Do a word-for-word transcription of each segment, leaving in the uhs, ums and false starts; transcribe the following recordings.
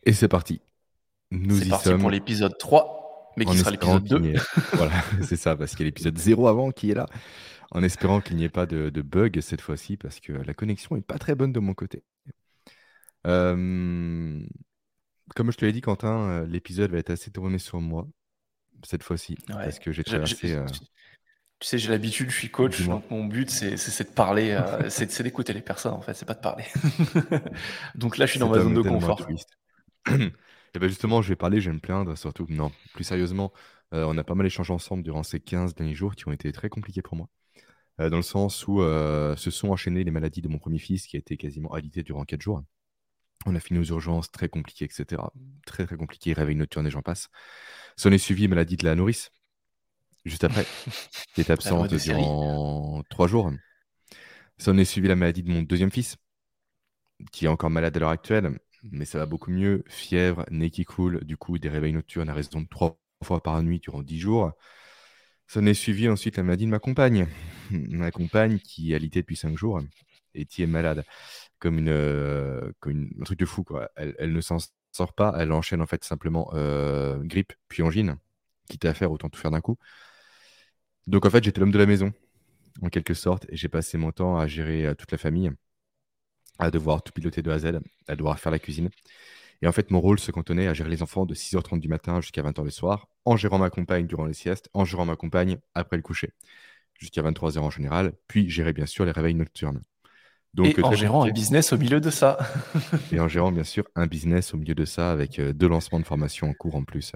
Et c'est parti. Nous C'est y parti pour sommes, l'épisode trois, mais qui en sera espérant l'épisode qu'il deux. n'y ait... Voilà, c'est ça, parce qu'il y a l'épisode zéro avant qui est là. En espérant qu'il n'y ait pas de, de bug cette fois-ci, parce que la connexion est pas très bonne de mon côté. Euh, Comme je te l'ai dit, Quentin, euh, l'épisode va être assez tourné sur moi, cette fois-ci, Ouais. parce que j'ai Je- je- traversé... euh, tu sais, j'ai l'habitude, je suis coach, Dis-moi. donc mon but, c'est c'est- c'est de parler, euh, c'est c'est d'écouter les personnes, en fait, c'est pas de parler. Donc là, je suis dans Cet ma zone homme est de tellement confort. altruiste. Et ben justement, je vais parler, je vais me plaindre, surtout. Non, plus sérieusement, euh, on a pas mal échangé ensemble durant ces quinze derniers jours qui ont été très compliqués pour moi. Euh, dans le sens où euh, se sont enchaînées les maladies de mon premier fils qui a été quasiment alité durant quatre jours. On a fini aux urgences, très compliqué, et cetera. Très très compliqué, réveil nocturne et j'en passe. S'en est suivi maladie de la nourrice, juste après, qui est La loi absente des séries. durant trois jours. S'en est suivi la maladie de mon deuxième fils, qui est encore malade à l'heure actuelle, mais ça va beaucoup mieux. Fièvre, nez qui coule, du coup des réveils nocturnes à raison de trois fois par nuit durant dix jours. S'en est suivi ensuite la maladie de ma compagne. Ma compagne qui est alitée depuis cinq jours et qui est malade. Comme, une, euh, comme une- un truc de fou, quoi. Elle, elle ne s'en sort pas, elle enchaîne en fait simplement euh, grippe, puis angine. Quitte à faire, autant tout faire d'un coup. Donc en fait, j'étais l'homme de la maison, en quelque sorte, et j'ai passé mon temps à gérer euh, toute la famille, à devoir tout piloter de A à Z, à devoir faire la cuisine. Et en fait, mon rôle se cantonnait à gérer les enfants de six heures trente du matin jusqu'à vingt heures le soir, en gérant ma compagne durant les siestes, en gérant ma compagne après le coucher, jusqu'à vingt-trois heures en général, puis gérer bien sûr les réveils nocturnes. Et Donc euh, en très gérant un compliqué. business au milieu de ça. Et en gérant bien sûr un business au milieu de ça, avec euh, deux lancements de formation en cours en plus.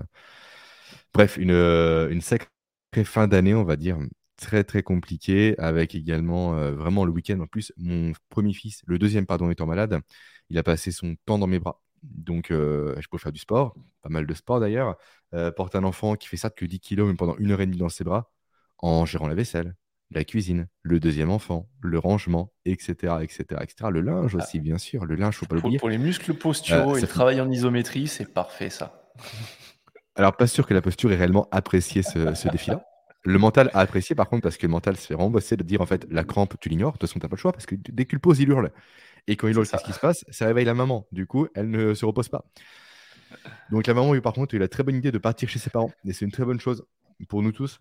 Bref, une, euh, une sacrée fin d'année, on va dire, très très compliquée, avec également euh, vraiment le week-end. En plus, mon premier fils, le deuxième, pardon, étant malade, il a passé son temps dans mes bras. Donc, euh, je peux faire du sport, pas mal de sport d'ailleurs. Euh, porter un enfant qui fait ça que dix kilos, même pendant une heure et demie dans ses bras, en gérant la vaisselle, la cuisine, le deuxième enfant, le rangement, et cetera, et cetera, et cetera. Le linge Ah, aussi, bien sûr. Le linge, faut pas Pour, l'oublier. pour les muscles Euh, posturaux et ça le fait travail en isométrie, c'est parfait, ça. Alors, pas sûr que la posture ait réellement apprécié ce, ce défi-là. Le mental a apprécié, par contre, parce que le mental se fait vraiment bosser de dire, en fait, la crampe, tu l'ignores, de toute façon, t'as pas le choix, parce que dès que tu le poses, il hurle. Et quand il C'est hurle, ça. qu'est-ce qui se passe? Ça réveille la maman. Du coup, elle ne se repose pas. Donc, la maman, par contre, a eu la très bonne idée de partir chez ses parents. Et c'est une très bonne chose pour nous tous.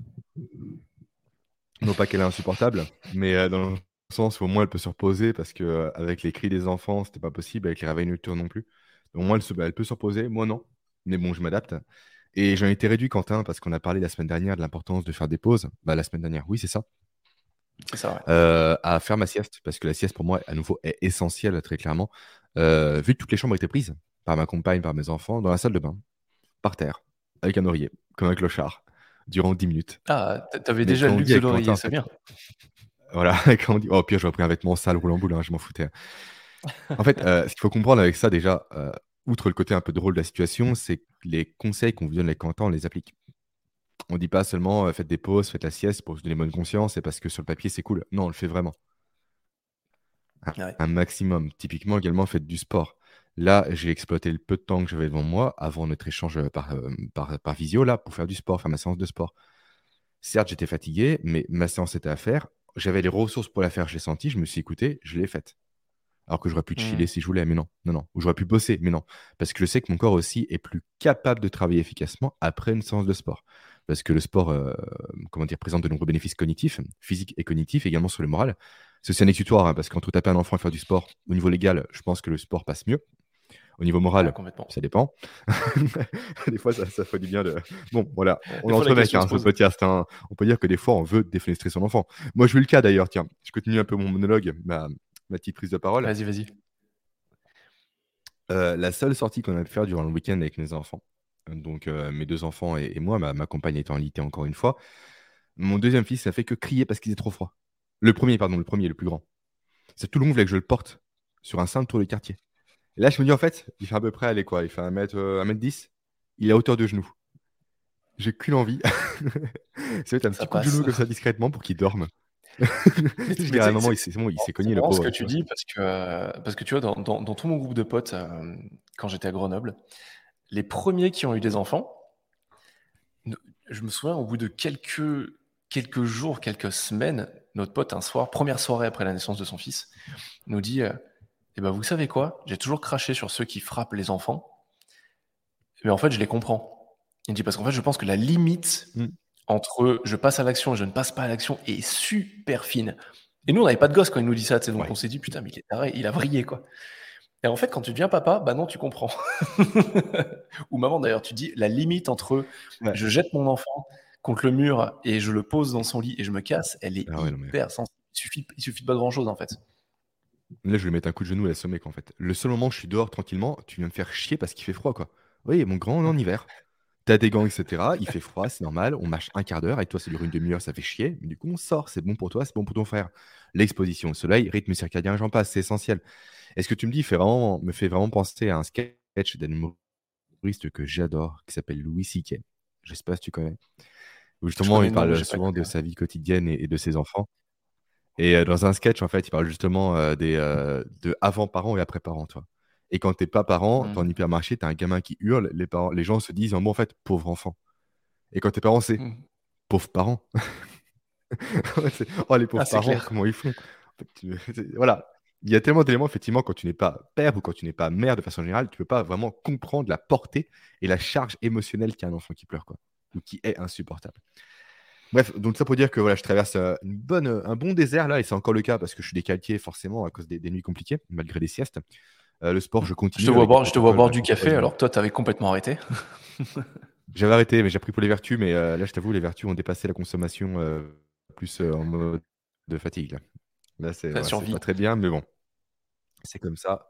Non pas qu'elle est insupportable, mais euh, dans le sens où au moins elle peut se reposer, parce que euh, avec les cris des enfants, c'était pas possible, avec les réveils nocturnes non plus. Donc, au moins, elle, se- bah, elle peut se reposer, moi non. Mais bon, je m'adapte. Et j'en ai été réduit, Quentin, parce qu'on a parlé la semaine dernière de l'importance de faire des pauses. Bah, la semaine dernière, oui, c'est ça. C'est ça, ouais. Euh, à faire ma sieste, parce que la sieste, pour moi, à nouveau, est essentielle, très clairement. Euh, vu que toutes les chambres étaient prises par ma compagne, par mes enfants, dans la salle de bain, par terre, avec un oreiller, comme un clochard, durant dix minutes. Ah, t- t'avais Mais déjà quand le on luxe dit de avec Quentin, l'oreiller, en c'est fait, bien. voilà, quand on dit, oh, pire, j'aurais pris un vêtement sale, roulant boule, hein, je m'en foutais. En fait, euh, ce qu'il faut comprendre avec ça, déjà, euh, outre le côté un peu drôle de la situation, c'est que les conseils qu'on vous donne avec Quentin, on les applique. On dit pas seulement euh, faites des pauses, faites la sieste pour se donner bonne conscience et parce que sur le papier c'est cool. Non, on le fait vraiment. Un, Ouais. un maximum. Typiquement, également, faites du sport. Là, j'ai exploité le peu de temps que j'avais devant moi avant notre échange par, euh, par, par visio là, pour faire du sport, faire ma séance de sport. Certes, j'étais fatigué, mais ma séance était à faire. J'avais les ressources pour la faire, j'ai senti, je me suis écouté, je l'ai faite. Alors que j'aurais pu chiller Hmm. si je voulais, mais non, non, non. Ou j'aurais pu bosser, mais non. Parce que je sais que mon corps aussi est plus capable de travailler efficacement après une séance de sport. Parce que le sport, euh, comment dire, présente de nombreux bénéfices cognitifs, physiques et cognitifs, également sur le moral. C'est aussi un exutoire, hein, parce qu'entre taper un enfant et faire du sport, au niveau légal, je pense que le sport passe mieux. Au niveau Ah, moral, complètement. ça dépend. Des fois, ça, ça fait du bien de. Bon, voilà, on Des est fois, la entre mecs, question hein, se ce pose. podcast. Hein. On peut dire que des fois, on veut défenestrer son enfant. Moi, je veux le cas d'ailleurs, tiens. Je continue un peu mon monologue, ma, ma petite prise de parole. Vas-y, vas-y. Euh, la seule sortie qu'on a pu faire durant le week-end avec mes enfants, donc euh, mes deux enfants et, et moi, ma, ma compagne étant alitée encore une fois, mon deuxième fils n'a fait que crier parce qu'il était trop froid. Le premier, pardon, le premier, le plus grand. C'est tout le monde voulait que je le porte sur un simple tour de quartier. Et là, je me dis, en fait, il fait à peu près, allez, quoi, il fait un mètre, euh, un mètre dix, il est à hauteur de genou. J'ai qu'une envie, c'est mettre un Ça petit coup de passe. genou comme ça discrètement pour qu'il dorme. Mais, Je mais dirais à tu la sais que maman, c'est il s'est c'est bon, il s'est c'est cogné le marrant ce que pauvre, tu tu vois. dis parce que, euh, parce que tu vois, dans, dans- dans tout mon groupe de potes, euh, quand j'étais à Grenoble, les premiers qui ont eu des enfants, ne- je me souviens, au bout de quelques, quelques jours, quelques semaines, notre pote, un soir, première soirée après la naissance de son fils, nous dit euh, eh ben, vous savez quoi? J'ai toujours craché sur ceux qui frappent les enfants. Mais en fait, je les comprends. Il me dit, parce qu'en fait, je pense que la limite Mm. entre je passe à l'action et je ne passe pas à l'action est super fine. Et nous, on n'avait pas de gosse quand il nous dit ça, tu sais, donc Ouais. on s'est dit, putain, mais il est taré, il a vrillé, quoi. Et en fait, quand tu deviens papa, bah non, tu comprends. Ou maman, d'ailleurs, tu dis la limite entre Ouais. je jette mon enfant contre le mur et je le pose dans son lit et je me casse, elle est Ah ouais, non, mais... hyper sensible. Il suffit, il suffit pas de grand-chose, en fait. Là, je vais mettre un coup de genou et l'assommer, quoi, en fait. Le seul moment où je suis dehors tranquillement, tu viens me faire chier parce qu'il fait froid, quoi. Oui, mon grand, on est en hiver. T'as des gants, et cetera. Il fait froid, c'est normal. On marche un quart d'heure. Avec toi, ça dure une demi-heure, ça fait chier. Mais du coup, on sort. C'est bon pour toi, c'est bon pour ton frère. L'exposition au soleil, rythme circadien, j'en passe, c'est essentiel. Est-ce que tu me dis, fait vraiment, me fait vraiment penser à un sketch d'un humoriste que j'adore, qui s'appelle Louis C K. Je sais pas si tu connais. Où Je justement, connais il le nom, mais parle j'ai pas souvent de écouté. sa vie quotidienne et, et de ses enfants. Et euh, dans un sketch, en fait, il parle justement euh, des, euh, de avant parents et après parents, toi. Et quand t'es pas parent, t'es en Hmm. hypermarché, t'as un gamin qui hurle, les parents, les gens se disent, en bon, en fait, pauvre enfant. Et quand t'es parent, c'est Hmm. pauvres parents. Ouais, c'est, oh, les Ah, pauvres c'est parents, clair. comment ils font? En fait, tu- c'est- Voilà. Il y a tellement d'éléments, effectivement, quand tu n'es pas père ou quand tu n'es pas mère de façon générale, tu peux pas vraiment comprendre la portée et la charge émotionnelle qu'a un enfant qui pleure, quoi. Ou qui est insupportable. Bref, donc ça pour dire que voilà, je traverse euh, une bonne, euh, un bon désert là, et c'est encore le cas parce que je suis décalqué forcément à cause des, des nuits compliquées, malgré les siestes. Euh, le sport, je Je te continue vois avec des boire, je te vois protocoles boire bah, du contre café, poids. alors que toi, t'avais complètement arrêté. J'avais arrêté, mais j'ai pris pour les vertus, mais euh, là, je t'avoue, les vertus ont dépassé la consommation euh, plus euh, en mode de fatigue. Là, là c'est La voilà, c'est pas survie. très bien, mais bon, c'est comme ça.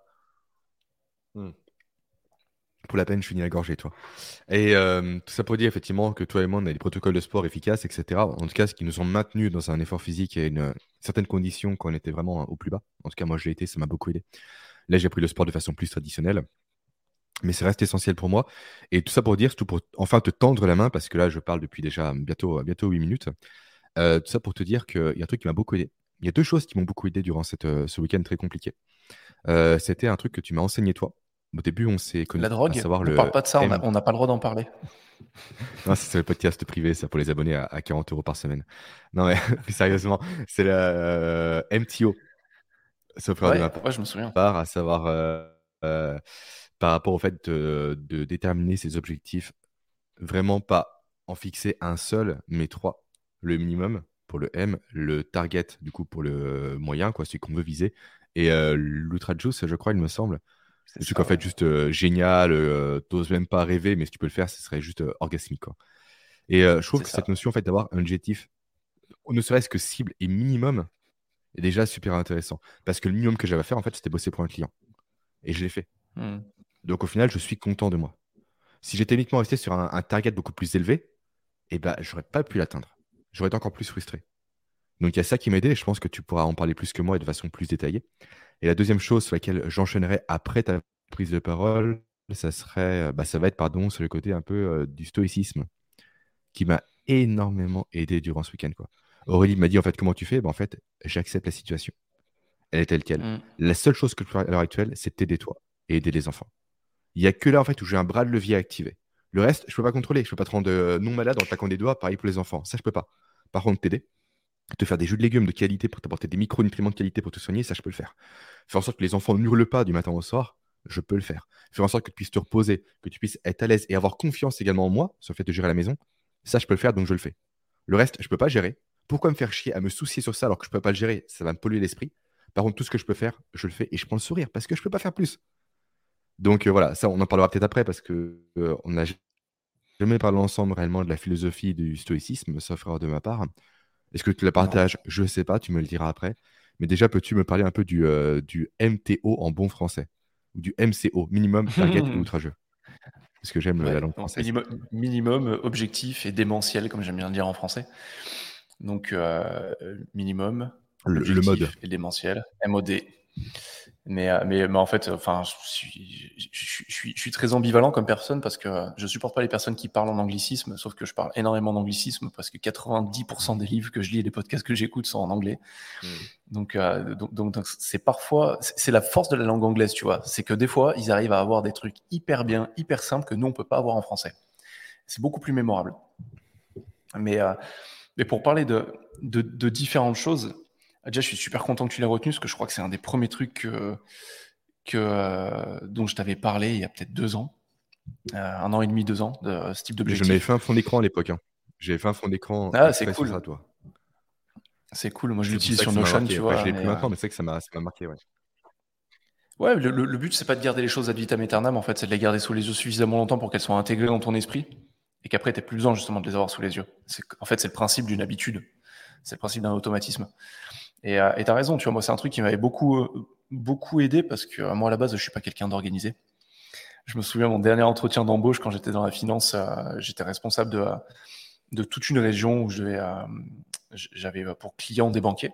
Hmm. Pour la peine, je finis la gorgée, toi. Et euh, tout ça pour dire effectivement que toi et moi, on a des protocoles de sport efficaces, et cetera. En tout cas, ce qui nous ont maintenus dans un effort physique et une euh, certaine condition quand on était vraiment au plus bas. En tout cas, moi, je l'ai été, ça m'a beaucoup aidé. Là, j'ai pris le sport de façon plus traditionnelle, mais c'est reste essentiel pour moi. Et tout ça pour dire, c'est tout pour enfin te tendre la main, parce que là, je parle depuis déjà bientôt, bientôt huit minutes. Euh, tout ça pour te dire qu'il y a un truc qui m'a beaucoup aidé. Il y a deux choses qui m'ont beaucoup aidé durant cette, euh, ce week-end très compliqué. Euh, c'était un truc que tu m'as enseigné toi. Au début, on s'est La connus, à drogue? savoir Ne parle le pas de ça, on n'a M. on n'a pas le droit d'en parler. Non, c'est le podcast privé, ça, pour les abonnés à, à quarante euros par semaine. Non, mais plus sérieusement, c'est le euh, M T O, sauf erreur de Ouais, ma ouais, je me souviens. part, à savoir euh, euh, par rapport au fait de, de déterminer ses objectifs, vraiment pas en fixer un seul, mais trois. Le minimum pour le M, le target, du coup, pour le moyen, quoi, celui qu'on veut viser, et euh, l'ultra juice, je crois, il me semble. C'est Le truc, ça, en ouais. fait, juste euh, génial, euh, t'oses même pas rêver, mais si tu peux le faire, ce serait juste euh, orgasmique, quoi. Et euh, je trouve C'est que ça. cette notion en fait, d'avoir un objectif, ne serait-ce que cible et minimum, est déjà super intéressant. Parce que le minimum que j'avais à faire, en fait, c'était bosser pour un client. Et je l'ai fait. Hmm. Donc au final, je suis content de moi. Si j'étais uniquement resté sur un, un target beaucoup plus élevé, eh ben, j'aurais pas pu l'atteindre. J'aurais été encore plus frustré. Donc il y a ça qui m'a aidé, et je pense que tu pourras en parler plus que moi et de façon plus détaillée. Et la deuxième chose sur laquelle j'enchaînerai après ta prise de parole, ça serait, euh, bah, ça va être, pardon, sur le côté un peu euh, du stoïcisme, qui m'a énormément aidé durant ce week-end, quoi. Aurélie m'a dit en fait comment tu fais, ben, en fait j'accepte la situation, elle est telle quelle. Hmm. La seule chose que je peux faire à l'heure actuelle, c'est t'aider toi et aider les enfants. Il y a que là en fait où j'ai un bras de levier à activer. Le reste, je peux pas contrôler, je peux pas te rendre euh, non malade en claquant des doigts, pareil pour les enfants, ça je peux pas. Par contre, t'aider, te faire des jus de légumes de qualité pour t'apporter des micronutriments de qualité pour te soigner, ça je peux le faire. Faire en sorte que les enfants n'hurlent pas du matin au soir, je peux le faire. Faire en sorte que tu puisses te reposer, que tu puisses être à l'aise et avoir confiance également en moi sur le fait de gérer la maison, ça je peux le faire, donc je le fais. Le reste, je peux pas gérer. Pourquoi me faire chier à me soucier sur ça alors que je peux pas le gérer? Ça va me polluer l'esprit. Par contre, tout ce que je peux faire, je le fais et je prends le sourire parce que je peux pas faire plus. Donc euh, voilà, ça on en parlera peut-être après parce que euh, on n'a jamais parlé ensemble réellement de la philosophie du stoïcisme, sauf erreur de ma part. Est-ce que tu la Non. partages? Je sais pas, tu me le diras après. Mais déjà, peux-tu me parler un peu du, euh, du M T O en bon français? Ou du M C O, minimum, target ou outrageux? Parce que j'aime la Ouais, langue donc française. minimum, minimum, euh, objectif et démentiel, comme j'aime bien le dire en français. Donc, euh, minimum, Le, le mode. objectif et démentiel, M O D. Mais, euh, mais, mais en fait, enfin, je suis, je, suis, je suis- je suis très ambivalent comme personne parce que euh, je supporte pas les personnes qui parlent en anglicisme, sauf que je parle énormément d'anglicisme parce que quatre-vingt-dix pour cent des livres que je lis et des podcasts que j'écoute sont en anglais. Hmm. Donc, euh, donc, donc, donc c'est parfois, c'est c'est la force de la langue anglaise, tu vois. C'est que des fois, ils arrivent à avoir des trucs hyper bien, hyper simples que nous, on peut pas avoir en français. C'est beaucoup plus mémorable. Mais, euh, mais pour parler de, de, de différentes choses, déjà, je suis super content que tu l'aies retenu parce que je crois que c'est un des premiers trucs que, que, euh, dont je t'avais parlé il y a peut-être deux ans. euh, un an et demi, deux ans de euh, ce type Mais j'en avais d'objectif. fait un fond d'écran à l'époque. Hein. J'avais fait un fond d'écran Ah, c'est exprès sur cool. ça, toi. C'est cool. Moi, je C'est pour l'utilise ça que sur ça m'a Notion, marqué. tu Après, je vois. l'ai Mais plus euh, maintenant, mais c'est vrai que ça m'a, ça m'a marqué, ouais. ouais, le, le, le but, c'est pas de garder les choses ad vitam aeternam, en fait, c'est de les garder sous les yeux suffisamment longtemps pour qu'elles soient intégrées dans ton esprit et qu'après, tu n'aies plus besoin justement de les avoir sous les yeux. C'est, en fait, c'est le principe d'une habitude. C'est le principe d'un automatisme. Et euh, tu as raison, tu vois, moi, c'est un truc qui m'avait beaucoup, euh, beaucoup aidé parce que euh, moi, à la base, je suis pas quelqu'un d'organisé. Je me souviens, mon dernier entretien d'embauche, quand j'étais dans la finance, euh, j'étais responsable de, euh, de toute une région où je devais, euh, j'avais pour clients des banquiers.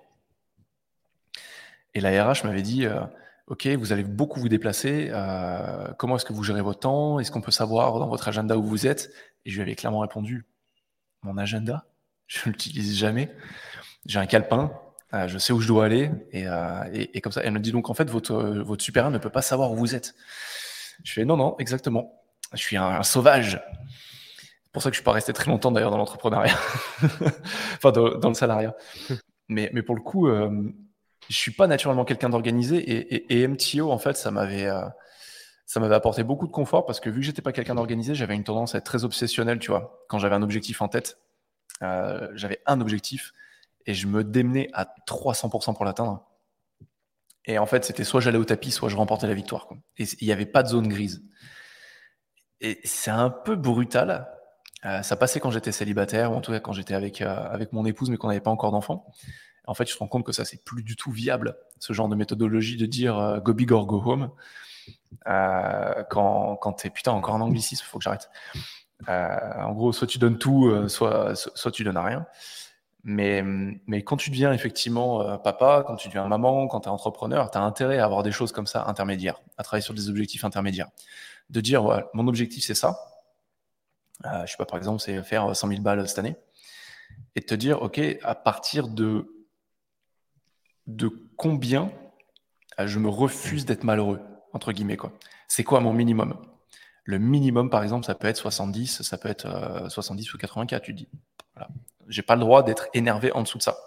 Et la R H m'avait dit, euh, OK, vous allez beaucoup vous déplacer. Euh, comment est-ce que vous gérez votre temps? Est-ce qu'on peut savoir dans votre agenda où vous êtes? Et je lui avais clairement répondu, mon agenda, je ne l'utilise jamais. J'ai un calepin, euh, je sais où je dois aller. Et, euh, et, et comme ça, elle me dit donc, en fait, votre, euh, votre supérieur ne peut pas savoir où vous êtes. Je fais, non, non, exactement. Je suis un, un sauvage. C'est pour ça que je ne suis pas resté très longtemps d'ailleurs dans l'entrepreneuriat. Enfin, dans, dans le salariat. Mais, mais pour le coup, euh, je suis pas naturellement quelqu'un d'organisé et, et, et M T O, en fait, ça m'avait, euh, ça m'avait apporté beaucoup de confort parce que vu que j'étais pas quelqu'un d'organisé, j'avais une tendance à être très obsessionnel, tu vois. Quand j'avais un objectif en tête, euh, j'avais un objectif et je me démenais à trois cents pour cent pour l'atteindre. Et en fait, c'était soit j'allais au tapis, soit je remportais la victoire, quoi. Et il n'y avait pas de zone grise. Et c'est un peu brutal. Euh, ça passait quand j'étais célibataire ou en tout cas quand j'étais avec, euh, avec mon épouse mais qu'on n'avait pas encore d'enfant. En fait, je me rends compte que ça, c'est plus du tout viable, ce genre de méthodologie de dire euh, go big or go home. Euh, quand quand t'es putain, encore un anglicisme, faut que j'arrête. Euh, en gros, soit tu donnes tout, euh, soit, soit soit tu donnes rien. Mais, mais quand tu deviens effectivement euh, papa, quand tu deviens maman, quand tu es entrepreneur, tu as intérêt à avoir des choses comme ça intermédiaires, à travailler sur des objectifs intermédiaires. De dire, ouais, mon objectif, c'est ça. Euh, je sais pas, par exemple, c'est faire cent mille balles cette année. Et de te dire, OK, à partir de, de combien euh, je me refuse d'être malheureux, entre guillemets, quoi. C'est quoi mon minimum? Le minimum, par exemple, ça peut être soixante-dix, ça peut être euh, soixante-dix ou quatre-vingt-quatre, tu te dis. Voilà. J'ai pas le droit d'être énervé en dessous de ça.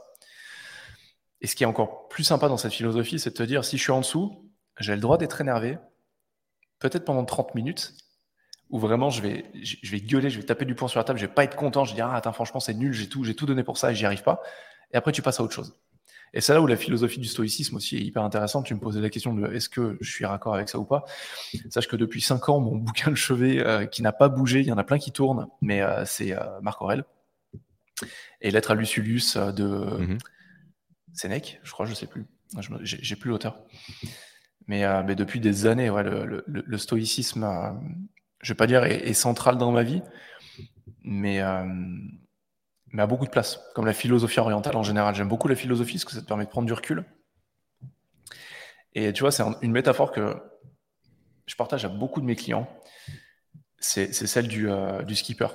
Et ce qui est encore plus sympa dans cette philosophie, c'est de te dire, si je suis en dessous, j'ai le droit d'être énervé, peut-être pendant trente minutes, où vraiment je vais, je vais gueuler, je vais taper du poing sur la table, je vais pas être content, je vais dire, ah, attends, franchement, c'est nul, j'ai tout, j'ai tout donné pour ça et j'y arrive pas. Et après, tu passes à autre chose. Et c'est là où la philosophie du stoïcisme aussi est hyper intéressante. Tu me posais la question de est-ce que je suis raccord avec ça ou pas. Sache que depuis cinq ans, mon bouquin de chevet euh, qui n'a pas bougé, il y en a plein qui tournent, mais euh, c'est euh, Marc Aurèle. Et Lettre à Lucilius euh, de mm-hmm. Sénèque, je crois, je sais plus. Je me, j'ai, j'ai plus l'auteur. Mais, euh, mais depuis des années, ouais, le, le, le stoïcisme, euh, je vais pas dire est, est central dans ma vie, mais, euh, mais a beaucoup de place, comme la philosophie orientale en général. J'aime beaucoup la philosophie parce que ça te permet de prendre du recul. Et tu vois, c'est une métaphore que je partage à beaucoup de mes clients. C'est, c'est celle du, euh, du skipper.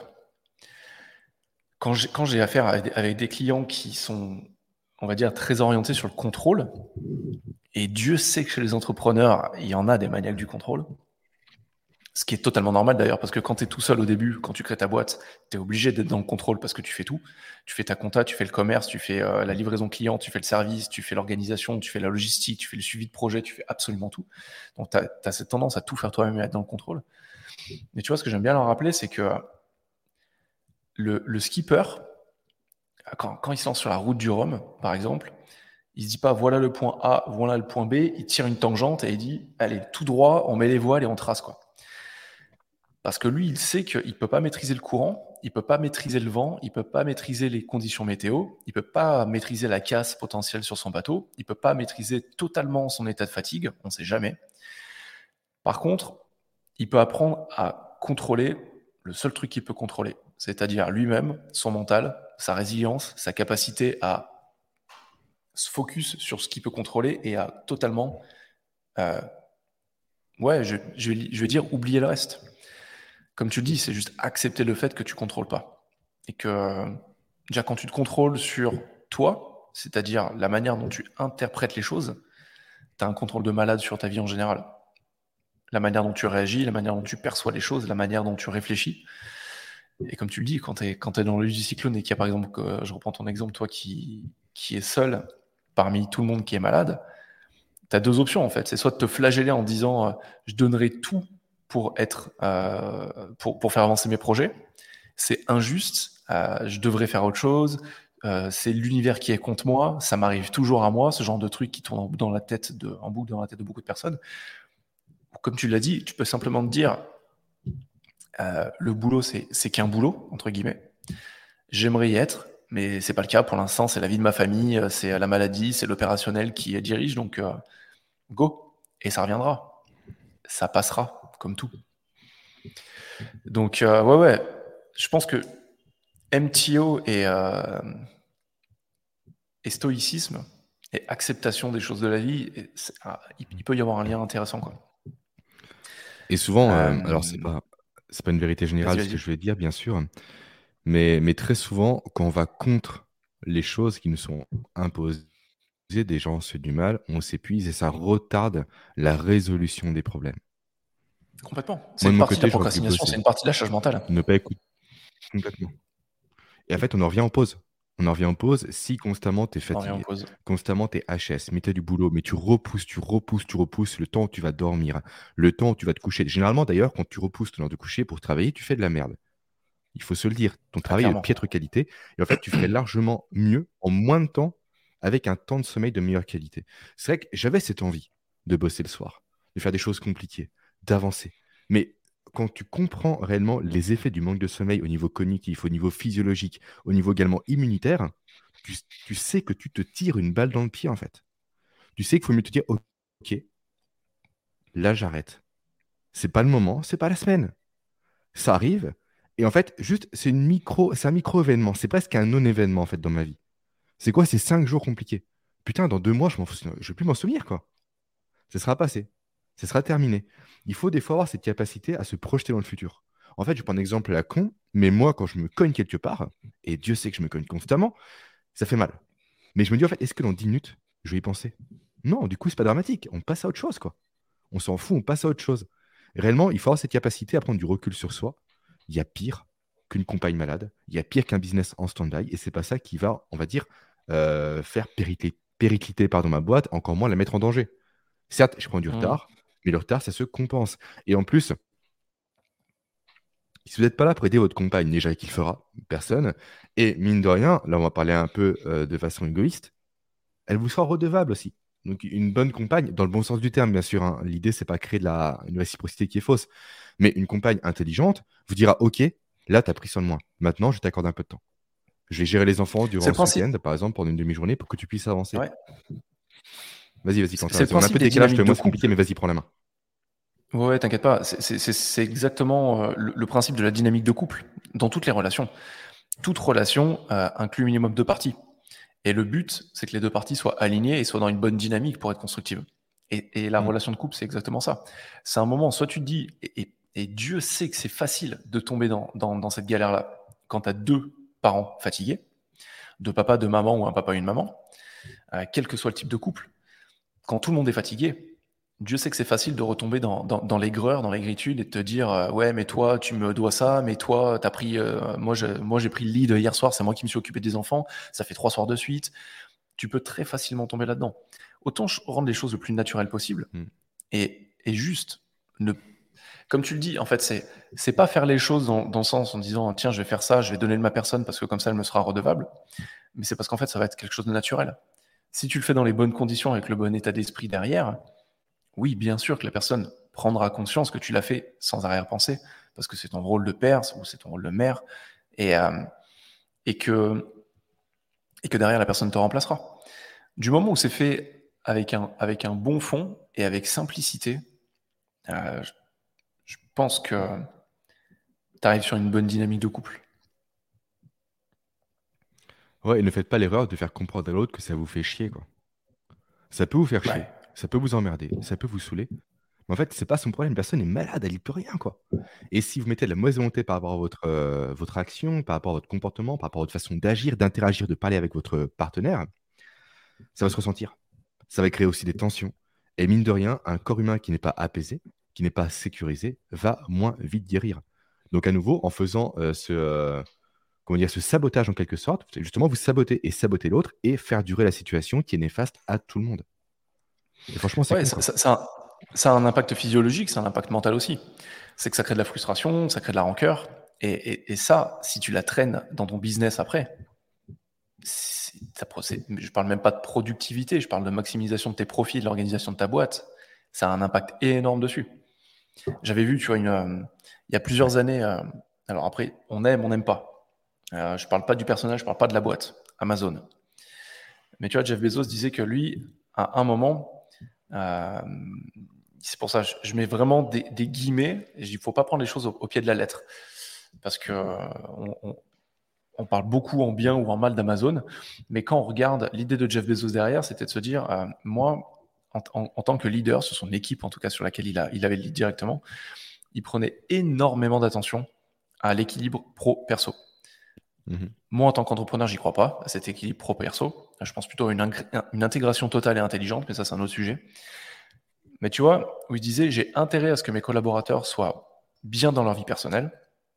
Quand j'ai, quand j'ai affaire avec des, avec des clients qui sont, on va dire, très orientés sur le contrôle, et Dieu sait que chez les entrepreneurs, il y en a des maniaques du contrôle, ce qui est totalement normal d'ailleurs, parce que quand tu es tout seul au début, quand tu crées ta boîte, tu es obligé d'être dans le contrôle parce que tu fais tout. Tu fais ta compta, tu fais le commerce, tu fais euh, la livraison client, tu fais le service, tu fais l'organisation, tu fais la logistique, tu fais le suivi de projet, tu fais absolument tout. Donc tu as cette tendance à tout faire toi-même et à être dans le contrôle. Mais tu vois, ce que j'aime bien leur rappeler, c'est que le, le skipper, quand, quand il se lance sur la route du Rhum, par exemple, il se dit pas voilà le point A, voilà le point B, il tire une tangente et il dit allez, tout droit, on met les voiles et on trace, quoi. Parce que lui, il sait qu'il ne peut pas maîtriser le courant, il ne peut pas maîtriser le vent, il ne peut pas maîtriser les conditions météo, il ne peut pas maîtriser la casse potentielle sur son bateau, il ne peut pas maîtriser totalement son état de fatigue, on ne sait jamais. Par contre, il peut apprendre à contrôler le seul truc qu'il peut contrôler, c'est-à-dire lui-même, son mental, sa résilience, sa capacité à se focus sur ce qu'il peut contrôler et à totalement, euh, ouais, je, je, je vais dire, oublier le reste. Comme tu le dis, c'est juste accepter le fait que tu ne contrôles pas. Et que, déjà, quand tu te contrôles sur toi, c'est-à-dire la manière dont tu interprètes les choses, tu as un contrôle de malade sur ta vie en général. La manière dont tu réagis, la manière dont tu perçois les choses, la manière dont tu réfléchis. Et comme tu le dis, quand tu es quand t'es dans le du cyclone et qu'il y a, par exemple, que, je reprends ton exemple, toi qui, qui es seul parmi tout le monde qui est malade, tu as deux options, en fait. C'est soit de te flageller en disant euh, « je donnerai tout pour, être, euh, pour, pour faire avancer mes projets. C'est injuste, euh, je devrais faire autre chose, euh, c'est l'univers qui est contre moi, ça m'arrive toujours à moi, ce genre de truc qui tourne dans la tête de, en boucle dans la tête de beaucoup de personnes. Comme tu l'as dit, tu peux simplement te dire, euh, le boulot, c'est, c'est qu'un boulot, entre guillemets. J'aimerais y être, mais c'est pas le cas pour l'instant, c'est la vie de ma famille, c'est la maladie, c'est l'opérationnel qui dirige, donc euh, go, et ça reviendra. Ça passera, comme tout. Donc, euh, ouais, ouais, je pense que M T O et, euh, et stoïcisme et acceptation des choses de la vie, et c'est- ah, il, il peut y avoir un lien intéressant, quoi. Et souvent, euh, Euh, alors c'est pas, c'est pas une vérité Vas-y, générale ce que vas-y. je vais dire, bien sûr, mais, mais très souvent, quand on va contre les choses qui nous sont imposées, des gens se fait du mal, on s'épuise et ça retarde la résolution des problèmes. Complètement. C'est Moi, de une mon partie de la côté, j'aurais pu procrastination, c'est bosser, une partie de la charge mentale. ne pas écouter complètement. Et en fait, on en revient en pause. On en revient en pause si constamment tu es On revient en fatigué, pause. constamment tu es H S, mais tu as du boulot, mais tu repousses, tu repousses, tu repousses le temps où tu vas dormir, le temps où tu vas te coucher. Généralement, d'ailleurs, quand tu repousses ton heure de coucher pour travailler, tu fais de la merde. Il faut se le dire. Ton Ah, travail est de clairement. piètre qualité. Et en fait, tu ferais largement mieux en moins de temps avec un temps de sommeil de meilleure qualité. C'est vrai que j'avais cette envie de bosser le soir, de faire des choses compliquées, d'avancer. Mais quand tu comprends réellement les effets du manque de sommeil au niveau cognitif, au niveau physiologique, au niveau également immunitaire, tu, tu sais que tu te tires une balle dans le pied en fait. Tu sais qu'il faut mieux te dire, ok, là j'arrête. C'est pas le moment, c'est pas la semaine. Ça arrive. Et en fait, juste, c'est une micro, c'est un micro-événement. C'est presque un non-événement, en fait, dans ma vie. C'est quoi? C'est cinq jours compliqués. Putain, dans deux mois, je ne vais plus m'en souvenir, quoi. Ça sera passé. Ça sera terminé. Il faut des fois avoir cette capacité à se projeter dans le futur. En fait, je prends un exemple à la con, mais moi, quand je me cogne quelque part, et Dieu sait que je me cogne constamment, ça fait mal. Mais je me dis, en fait, est-ce que dans dix minutes, je vais y penser? Non, du coup, c'est pas dramatique. On passe à autre chose, quoi. On s'en fout, on passe à autre chose. Réellement, il faut avoir cette capacité à prendre du recul sur soi. Il y a pire qu'une compagne malade. Il y a pire qu'un business en stand-by. Et c'est pas ça qui va, on va dire, euh, faire péricliter, péricliter pardon, ma boîte, encore moins la mettre en danger. Certes, je prends du Mmh. retard, mais le retard, ça se compense. Et en plus, si vous n'êtes pas là pour aider votre compagne, déjà qu'il fera personne. Et mine de rien, là, on va parler un peu euh, de façon égoïste, elle vous sera redevable aussi. Donc, une bonne compagne, dans le bon sens du terme, bien sûr. Hein. L'idée, c'est pas créer de la, une réciprocité qui est fausse. Mais une compagne intelligente vous dira, OK, là, tu as pris soin de moi. Maintenant, je t'accorde un peu de temps. Je vais gérer les enfants C'est durant le ce principe. week-end, par exemple, pendant une demi-journée, pour que tu puisses avancer. Ouais. Vas-y, vas-y, C'est Quentin. c'est le Vas-y. On a un principe peu de des décalage, dynamiques toi et de moi, c'est couple. compliqué, mais vas-y, prends la main. Ouais, ouais, t'inquiète pas. C'est- c'est c'est- c'est exactement euh, le, le principe de la dynamique de couple dans toutes les relations. Toute relation euh, inclut minimum deux parties. Et le but, c'est que les deux parties soient alignées et soient dans une bonne dynamique pour être constructives. Et, et la Mm. relation de couple, c'est exactement ça. C'est un moment, soit tu te dis, et, et- et Dieu sait que c'est facile de tomber dans, dans, dans cette galère-là quand tu as deux parents fatigués, deux papas, deux mamans ou un papa et une maman, euh, quel que soit le type de couple. Quand tout le monde est fatigué, Dieu sait que c'est facile de retomber dans, dans, dans l'aigreur, dans l'aigritude et de te dire euh, ouais mais toi tu me dois ça, mais toi t'as pris, euh, moi, je, moi j'ai pris le lead hier soir, c'est moi qui me suis occupé des enfants, ça fait trois soirs de suite. Tu peux très facilement tomber là-dedans. Autant rendre les choses le plus naturelles possible Mm. et, et juste ne, comme tu le dis, en fait c'est c'est pas faire les choses dans, dans le sens en disant tiens je vais faire ça, je vais donner de ma personne parce que comme ça elle me sera redevable, mais c'est parce qu'en fait ça va être quelque chose de naturel. Si tu le fais dans les bonnes conditions avec le bon état d'esprit derrière, oui, bien sûr que la personne prendra conscience que tu l'as fait sans arrière-pensée, parce que c'est ton rôle de père ou c'est ton rôle de mère, et, euh, et, que, et que derrière la personne te remplacera. Du moment où c'est fait avec un, avec un bon fond et avec simplicité, euh, je, je pense que tu arrives sur une bonne dynamique de couple. Ouais, et ne faites pas l'erreur de faire comprendre à l'autre que ça vous fait chier, quoi. Ça peut vous faire chier, Ouais. ça peut vous emmerder, ça peut vous saouler. Mais en fait, c'est pas son problème. La personne est malade, elle n'y peut rien, quoi. Et si vous mettez de la mauvaise volonté par rapport à votre, euh, votre action, par rapport à votre comportement, par rapport à votre façon d'agir, d'interagir, de parler avec votre partenaire, ça va se ressentir. Ça va créer aussi des tensions. Et mine de rien, un corps humain qui n'est pas apaisé, qui n'est pas sécurisé, va moins vite guérir. Donc à nouveau, en faisant euh, ce, euh, comment dire, ce sabotage en quelque sorte, justement, vous sabotez et sabotez l'autre et faire durer la situation qui est néfaste à tout le monde. Et franchement, c'est Ouais, con, ça, quoi. ça- ça- Ça a un impact physiologique, ça a un impact mental aussi. C'est que ça crée de la frustration, ça crée de la rancœur. Et, et, et ça, si tu la traînes dans ton business après, c'est- ça procède- je parle même pas de productivité, je parle de maximisation de tes profits, de l'organisation de ta boîte. Ça a un impact énorme dessus. J'avais vu, tu vois, une, euh, il y a plusieurs années, euh, alors après, on aime, on n'aime pas. Euh, je parle pas du personnage, je parle pas de la boîte, Amazon. Mais tu vois, Jeff Bezos disait que lui, à un moment, euh, c'est pour ça, je, je mets vraiment des, des guillemets, et il ne faut pas prendre les choses au, au pied de la lettre. Parce que euh, on, on- on parle beaucoup en bien ou en mal d'Amazon, mais quand on regarde l'idée de Jeff Bezos derrière, c'était de se dire, euh, moi, en, en- en tant que leader, sur son équipe en tout cas sur laquelle il, a, il avait le lead directement, il prenait énormément d'attention à l'équilibre pro-perso. Mhm. Moi, en tant qu'entrepreneur, j'y crois pas, à cet équilibre pro-perso. Je pense plutôt à une, ingré- une intégration totale et intelligente, mais ça, c'est un autre sujet. Mais tu vois, où il disait, j'ai intérêt à ce que mes collaborateurs soient bien dans leur vie personnelle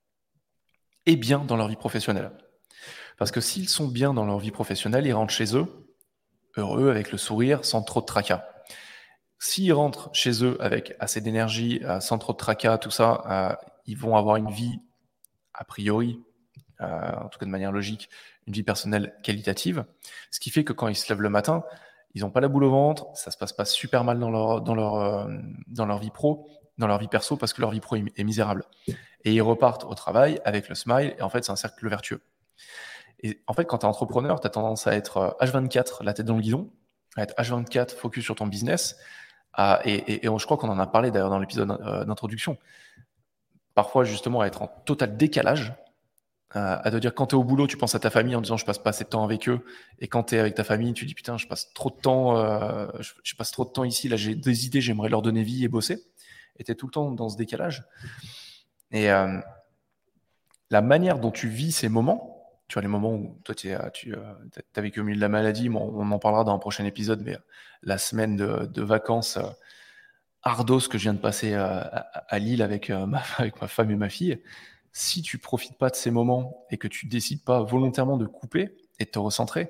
et bien dans leur vie professionnelle. Parce que s'ils sont bien dans leur vie professionnelle, ils rentrent chez eux, heureux, avec le sourire, sans trop de tracas. S'ils rentrent chez eux avec assez d'énergie, euh, sans trop de tracas, tout ça, euh, ils vont avoir une vie, a priori, euh, en tout cas de manière logique, une vie personnelle qualitative. Ce qui fait que quand ils se lèvent le matin, ils n'ont pas la boule au ventre, ça se passe pas super mal dans leur, dans leur, euh, dans leur vie pro, dans leur vie perso, parce que leur vie pro est, est misérable. Et ils repartent au travail avec le smile, et en fait, c'est un cercle vertueux. Et en fait, quand tu es entrepreneur, tu as tendance à être H vingt-quatre, la tête dans le guidon, à être H vingt-quatre, focus sur ton business. À, et, et, et je crois qu'on en a parlé d'ailleurs dans l'épisode euh, d'introduction. Parfois, justement, à être en total décalage, euh, à te dire quand tu es au boulot, tu penses à ta famille en disant je passe pas assez de temps avec eux. Et quand tu es avec ta famille, tu dis putain, je passe trop de temps, euh, je, je passe trop de temps ici, là j'ai des idées, j'aimerais leur donner vie et bosser. Et tu es tout le temps dans ce décalage. Et euh, la manière dont tu vis ces moments, tu vois, les moments où toi, tu as tu, as vécu au milieu de la maladie, bon, on en parlera dans un prochain épisode, mais la semaine de, de vacances euh, ardos que je viens de passer euh, à, à Lille avec, euh, ma, avec ma femme et ma fille, si tu profites pas de ces moments et que tu décides pas volontairement de couper et de te recentrer,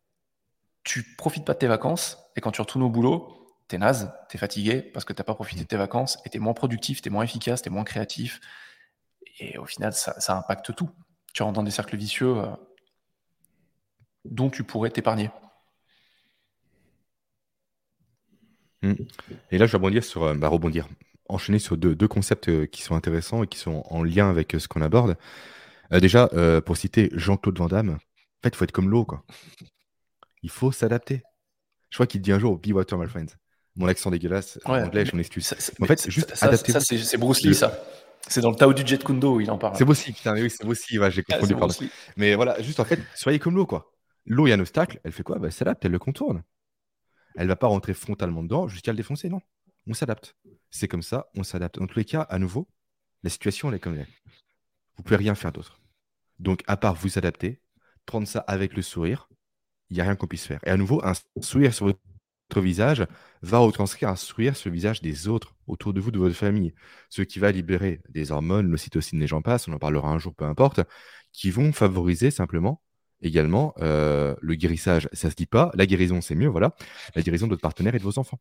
tu profites pas de tes vacances et quand tu retournes au boulot, t'es naze, t'es fatigué parce que t'as pas profité de tes vacances et t'es moins productif, t'es moins efficace, t'es moins créatif. Et au final, ça, ça impacte tout. Tu rentres dans des cercles vicieux euh, dont tu pourrais t'épargner. Mm. Et là, je vais rebondir sur, euh, bah, rebondir, enchaîner sur deux, deux concepts euh, qui sont intéressants et qui sont en lien avec euh, ce qu'on aborde. Euh, déjà, euh, pour citer Jean-Claude Van Damme, en fait, il faut être comme l'eau, quoi. Il faut s'adapter. Je crois qu'il dit un jour Be water, my friend. Mon accent dégueulasse en Ouais, anglais, mais je m'en excuse. ça, c'est- Mais en mais fait, ça, juste ça, ça, adaptez-vous. c'est c'est Bruce Lee, Le... ça. C'est dans le Tao du Jet Kundo où il en parle. C'est aussi, putain, mais oui, c'est aussi, ouais, j'ai Ah, confondu, c'est pardon. Bruce Lee. Mais voilà, juste en fait, soyez comme l'eau, quoi. L'eau, il y a un obstacle, elle fait quoi? Bah, elle s'adapte, elle le contourne. Elle va pas rentrer frontalement dedans jusqu'à le défoncer, non. On s'adapte. C'est comme ça, on s'adapte. Dans tous les cas, à nouveau, la situation, elle est comme elle est. Vous pouvez rien faire d'autre. Donc, à part vous adapter, prendre ça avec le sourire, il n'y a rien qu'on puisse faire. Et à nouveau, un sourire sur votre visage va retranscrire un sourire sur le visage des autres autour de vous, de votre famille. Ce qui va libérer des hormones, l'ocytocine, les gens passent, on en parlera un jour, peu importe, qui vont favoriser simplement également euh, le guérissage. Ça se dit pas, la guérison c'est mieux, voilà, la guérison de votre partenaire et de vos enfants.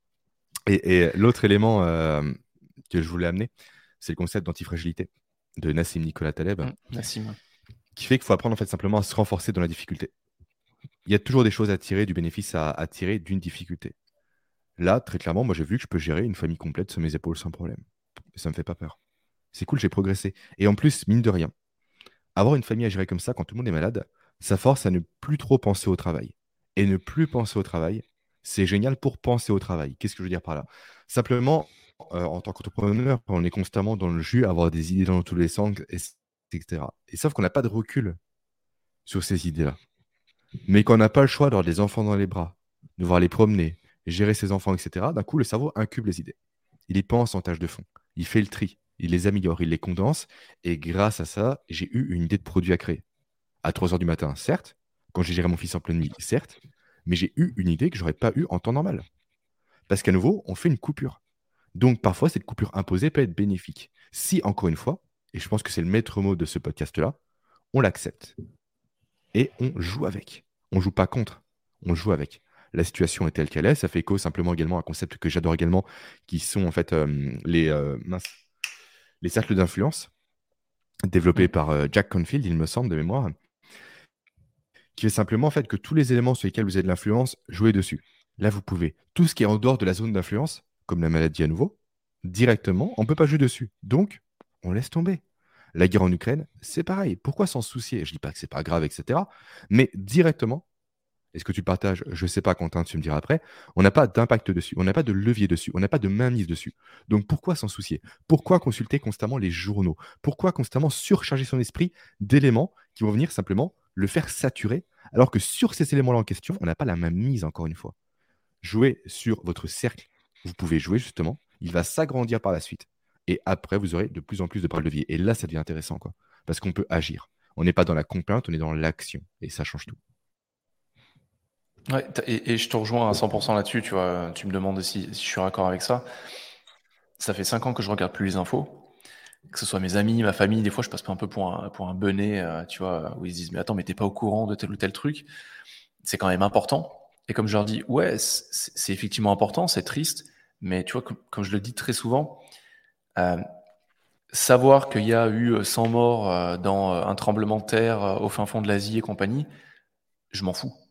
Et, et l'autre élément euh, que je voulais amener, c'est le concept d'antifragilité de Nassim Nicolas Taleb, Hum, Nassim. qui fait qu'il faut apprendre en fait simplement à se renforcer dans la difficulté. Il y a toujours des choses à tirer, du bénéfice à, à tirer d'une difficulté. Là, très clairement, moi j'ai vu que je peux gérer une famille complète sur mes épaules sans problème. Et ça me fait pas peur. C'est cool, j'ai progressé. Et en plus, mine de rien, avoir une famille à gérer comme ça quand tout le monde est malade, ça force à ne plus trop penser au travail. Et ne plus penser au travail, c'est génial pour penser au travail. Qu'est-ce que je veux dire par là? Simplement, euh, en tant qu'entrepreneur, on est constamment dans le jus, à avoir des idées dans tous les sens, et cetera. Et sauf qu'on n'a pas de recul sur ces idées-là. Mais quand on n'a pas le choix d'avoir des enfants dans les bras, de voir les promener, gérer ses enfants, et cetera, d'un coup, le cerveau incube les idées. Il y pense en tâche de fond. Il fait le tri. Il les améliore. Il les condense. Et grâce à ça, j'ai eu une idée de produit à créer. À trois heures du matin, certes. Quand j'ai géré mon fils en pleine nuit, certes. Mais j'ai eu une idée que j'aurais pas eue en temps normal. Parce qu'à nouveau, on fait une coupure. Donc parfois, cette coupure imposée peut être bénéfique. Si, encore une fois, et je pense que c'est le maître mot de ce podcast-là, on l'accepte. Et on joue avec. On joue pas contre. On joue avec. la situation est telle qu'elle est. Ça fait écho simplement également à un concept que j'adore également, qui sont en fait euh, les, euh, mince, les cercles d'influence, développés Mm. par euh, Jack Canfield, il me semble, de mémoire, qui fait simplement en fait que tous les éléments sur lesquels vous avez de l'influence, jouez dessus. Là, vous pouvez. Tout ce qui est en dehors de la zone d'influence, comme la maladie à nouveau, directement, on ne peut pas jouer dessus. Donc, on laisse tomber. La guerre en Ukraine, c'est pareil. Pourquoi s'en soucier? Je ne dis pas que c'est pas grave, et cetera. Mais directement, est-ce que tu partages? Je ne sais pas, Quentin, tu me diras après. On n'a pas d'impact dessus, on n'a pas de levier dessus, on n'a pas de mainmise dessus. Donc pourquoi s'en soucier? Pourquoi consulter constamment les journaux? Pourquoi constamment surcharger son esprit d'éléments qui vont venir simplement le faire saturer, alors que sur ces éléments-là en question, on n'a pas la même mise, encore une fois. Jouez sur votre cercle, vous pouvez jouer justement, il va s'agrandir par la suite. Et après, vous aurez de plus en plus de bras de levier. Et là, ça devient intéressant, quoi. Parce qu'on peut agir. On n'est pas dans la complainte, on est dans l'action. Et ça change tout. Ouais, t'as- et, et je te rejoins à cent pour cent là-dessus, tu vois. Tu me demandes si, si je suis d'accord avec ça. Ça fait cinq ans que je regarde plus les infos. Que ce soit mes amis, ma famille, des fois je passe un peu pour un, pour un benet, euh, tu vois, où ils se disent mais attends, mais t'es pas au courant de tel ou tel truc. C'est quand même important. Et comme je leur dis, ouais, c'est c'est effectivement important, c'est triste, mais tu vois, comme, comme je le dis très souvent, euh, savoir qu'il y a eu cent morts euh, dans euh, un tremblement de terre euh, au fin fond de l'Asie et compagnie, je m'en fous.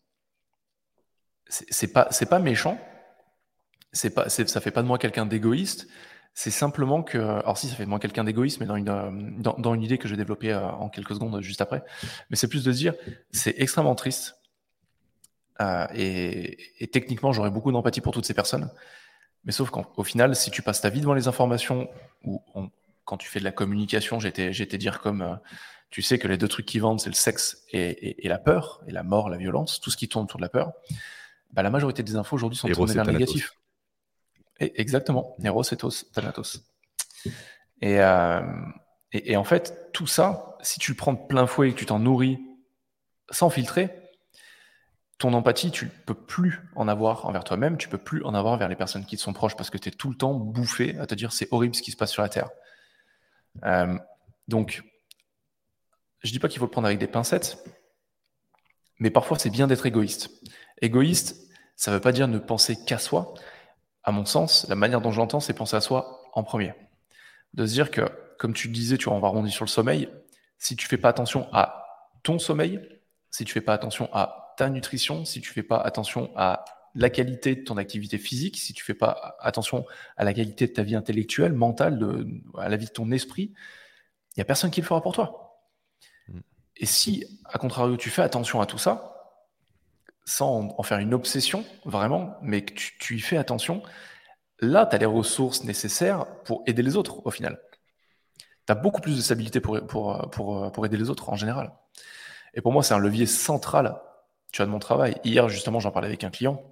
C'est c'est pas, c'est pas méchant, c'est pas, c'est- ça fait pas de moi quelqu'un d'égoïste. C'est simplement que, alors si ça fait de moi quelqu'un d'égoïste, mais dans une, euh, dans, dans une idée que je vais développer euh, en quelques secondes juste après, mais c'est plus de se dire, c'est extrêmement triste. euh, et, et techniquement, j'aurais beaucoup d'empathie pour toutes ces personnes. Mais sauf qu'au final, si tu passes ta vie devant les informations, ou on- quand tu fais de la communication, j'étais, j'étais dire comme, euh, tu sais que les deux trucs qui vendent, c'est le sexe et, et- et la peur, et la mort, la violence, tout ce qui tourne autour de la peur, bah, la majorité des infos aujourd'hui sont Héros, tournées c'est vers le Thanatos. négatif. Et exactement, Mm. Eros, Ethos, Thanatos. Et, euh, et, et en fait, tout ça, si tu le prends de plein fouet et que tu t'en nourris sans filtrer, ton empathie, tu ne peux plus en avoir envers toi-même, tu peux plus en avoir vers les personnes qui te sont proches parce que tu es tout le temps bouffé à te dire c'est horrible ce qui se passe sur la Terre. Euh, donc, je dis pas qu'il faut le prendre avec des pincettes, mais parfois c'est bien d'être égoïste. Égoïste, ça veut pas dire ne penser qu'à soi. À mon sens, la manière dont j'entends, c'est penser à soi en premier. De se dire que, comme tu le disais, tu vois, on va rebondir sur le sommeil, si tu fais pas attention à ton sommeil, si tu fais pas attention à ta nutrition, si tu fais pas attention à la qualité de ton activité physique, si tu fais pas attention à la qualité de ta vie intellectuelle, mentale, de, à la vie de ton esprit, il y a personne qui le fera pour toi. Mm. Et si, à contrario, tu fais attention à tout ça, sans en faire une obsession, vraiment, mais que tu, tu y fais attention, là, tu as les ressources nécessaires pour aider les autres, au final. Tu as beaucoup plus de stabilité pour, pour, pour, pour aider les autres, en général. Et pour moi, c'est un levier central, tu vois, de mon travail. Hier, justement, j'en parlais avec un client,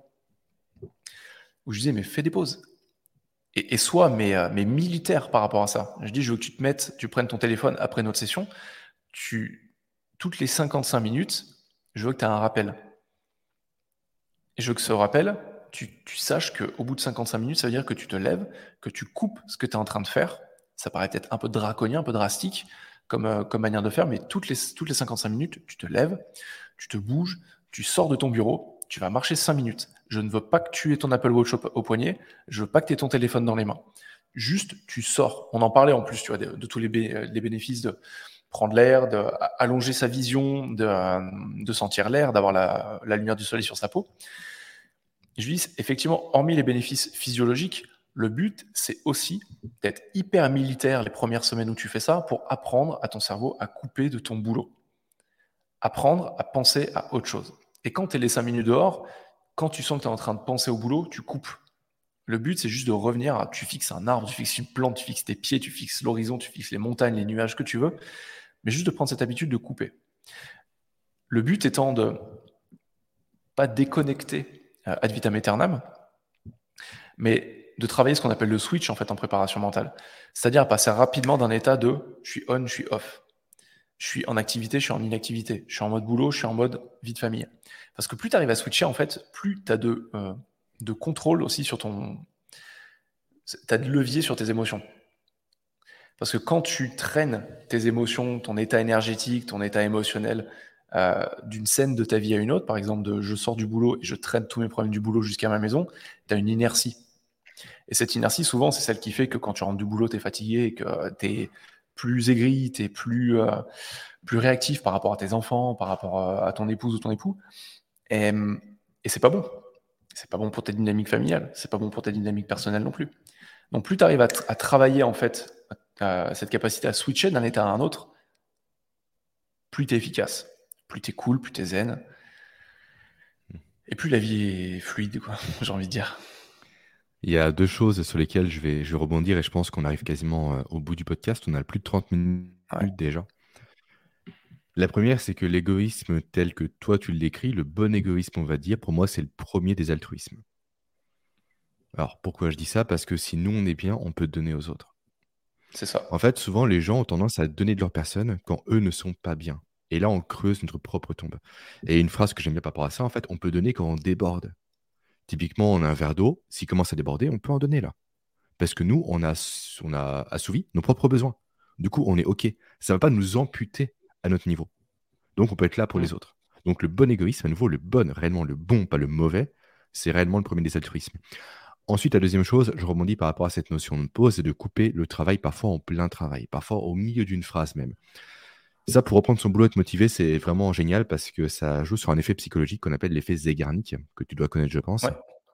où je disais, mais fais des pauses. Et, et sois mais, euh, mais militaire par rapport à ça. Je dis, je veux que tu te mettes, tu prennes ton téléphone après notre session, tu, toutes les cinquante-cinq minutes, je veux que tu aies un rappel. Et je veux que ce rappel, tu, tu saches qu'au bout de cinquante-cinq minutes, ça veut dire que tu te lèves, que tu coupes ce que tu es en train de faire. Ça paraît peut-être un peu draconien, un peu drastique comme, euh, comme manière de faire, mais toutes les, toutes les cinquante-cinq minutes, tu te lèves, tu te bouges, tu sors de ton bureau, tu vas marcher cinq minutes. Je ne veux pas que tu aies ton Apple Watch au, au poignet, je veux pas que tu aies ton téléphone dans les mains. Juste, tu sors. On en parlait en plus, tu vois, de, de tous les, bé- les bénéfices de prendre l'air, d'allonger sa vision, de, euh, de sentir l'air, d'avoir la, la lumière du soleil sur sa peau. Je lui dis, effectivement, hormis les bénéfices physiologiques, le but, c'est aussi d'être hyper militaire les premières semaines où tu fais ça pour apprendre à ton cerveau à couper de ton boulot. Apprendre à penser à autre chose. Et quand tu es les cinq minutes dehors, quand tu sens que tu es en train de penser au boulot, tu coupes. Le but, c'est juste de revenir à, tu fixes un arbre, tu fixes une plante, tu fixes tes pieds, tu fixes l'horizon, tu fixes les montagnes, les nuages que tu veux, mais juste de prendre cette habitude de couper. Le but étant de pas déconnecter euh, ad vitam aeternam, mais de travailler ce qu'on appelle le switch en fait en préparation mentale. C'est-à-dire passer rapidement d'un état de je suis on, je suis off. Je suis en activité, je suis en inactivité. Je suis en mode boulot, je suis en mode vie de famille. Parce que plus tu arrives à switcher, en fait, plus tu as de, euh, de contrôle aussi sur ton... Tu as de levier sur tes émotions. Parce que quand tu traînes tes émotions, ton état énergétique, ton état émotionnel euh, d'une scène de ta vie à une autre, par exemple de je sors du boulot et je traîne tous mes problèmes du boulot jusqu'à ma maison, tu as une inertie. Et cette inertie, souvent, c'est celle qui fait que quand tu rentres du boulot, tu es fatigué et que tu es plus aigri, tu es plus, euh, plus réactif par rapport à tes enfants, par rapport à, à ton épouse ou ton époux. Et, et c'est pas bon. C'est pas bon pour ta dynamique familiale, c'est pas bon pour ta dynamique personnelle non plus. Donc plus tu arrives à, à travailler en fait à cette capacité à switcher d'un état à un autre, plus tu es efficace, plus tu es cool, plus tu es zen, et plus la vie est fluide, quoi, j'ai envie de dire. Il y a deux choses sur lesquelles je vais, je vais rebondir et je pense qu'on arrive quasiment euh, au bout du podcast. On a plus de trente minutes Ouais, déjà. La première, c'est que l'égoïsme tel que toi tu le décris, le bon égoïsme, on va dire, pour moi, c'est le premier des altruismes. Alors, pourquoi je dis ça? Parce que si nous, on est bien, on peut donner aux autres. c'est ça. En fait, souvent, les gens ont tendance à donner de leur personne quand eux ne sont pas bien. Et là, on creuse notre propre tombe. Et une phrase que j'aime bien par rapport à ça, en fait, on peut donner quand on déborde. Typiquement, on a un verre d'eau, s'il commence à déborder, on peut en donner là. Parce que nous, on a, on a assouvi nos propres besoins. Du coup, on est OK. Ça ne va pas nous amputer à notre niveau. Donc, on peut être là pour Mm. les autres. Donc, le bon égoïsme, à nouveau, le bon, réellement le bon, pas le mauvais, c'est réellement le premier des altruismes. Ensuite, la deuxième chose, je rebondis par rapport à cette notion de pause, c'est de couper le travail parfois en plein travail, parfois au milieu d'une phrase même. Ça, pour reprendre son boulot et être motivé, c'est vraiment génial parce que ça joue sur un effet psychologique qu'on appelle l'effet Zeigarnik, que tu dois connaître, je pense, Ouais,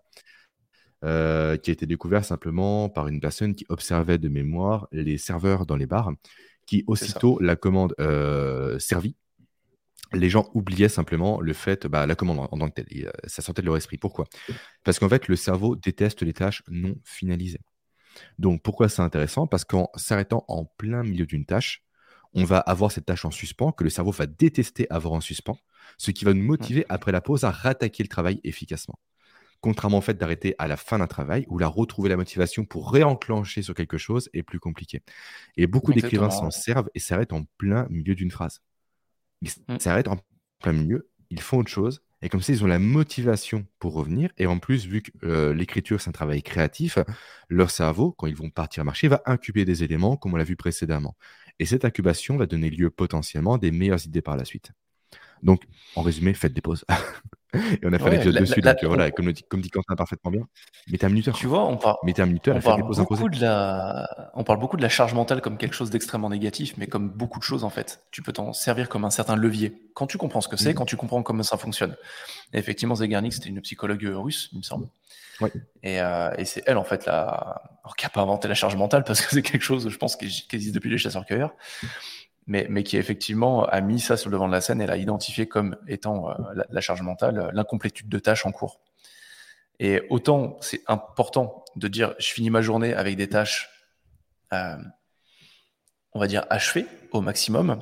euh, qui a été découvert simplement par une personne qui observait de mémoire les serveurs dans les bars, qui c'est ça. aussitôt la commande euh, servie, les gens oubliaient simplement le fait, bah, la commande en, en tant que telle. Et, euh, ça sortait de leur esprit. Pourquoi? Parce qu'en fait, le cerveau déteste les tâches non finalisées. Donc, pourquoi c'est intéressant? Parce qu'en s'arrêtant en plein milieu d'une tâche, on va avoir cette tâche en suspens que le cerveau va détester avoir en suspens, ce qui va nous Mm. motiver après la pause à rattaquer le travail efficacement. Contrairement au fait d'arrêter à la fin d'un travail, où la retrouver la motivation pour réenclencher sur quelque chose est plus compliqué. Et beaucoup d'écrivains Exactement. s'en servent et s'arrêtent en plein milieu d'une phrase. Ils Mm. s'arrêtent en plein milieu, ils font autre chose, et comme ça, ils ont la motivation pour revenir. Et en plus, vu que euh, l'écriture, c'est un travail créatif, leur cerveau, quand ils vont partir marcher, va incuber des éléments, comme on l'a vu précédemment. Et cette incubation va donner lieu potentiellement à des meilleures idées par la suite. Donc, en résumé, faites des pauses. Et on a fait un Ouais, épisode la- la- dessus, la- donc euh, voilà, comme, le dit- comme dit Quentin parfaitement bien, mettez un minuteur. tu vois, on, par- Mettez un minuteur on et faites des parle pauses imposées. beaucoup de la, on parle beaucoup de la charge mentale comme quelque chose d'extrêmement négatif, mais comme beaucoup de choses en fait, tu peux t'en servir comme un certain levier. Quand tu comprends ce que c'est, Mhm. quand tu comprends comment ça fonctionne. Et effectivement, Zeigarnik, c'était une psychologue russe, il me semble. Ouais. Et, euh, et c'est elle, en fait, la... alors, qui n'a pas inventé la charge mentale, parce que c'est quelque chose, je pense, qui, qui existe depuis les chasseurs-cueilleurs, mais, mais qui effectivement a mis ça sur le devant de la scène et l'a identifié comme étant euh, la, la charge mentale, euh, l'incomplétude de tâches en cours. Et autant c'est important de dire je finis ma journée avec des tâches, euh, on va dire, achevées au maximum.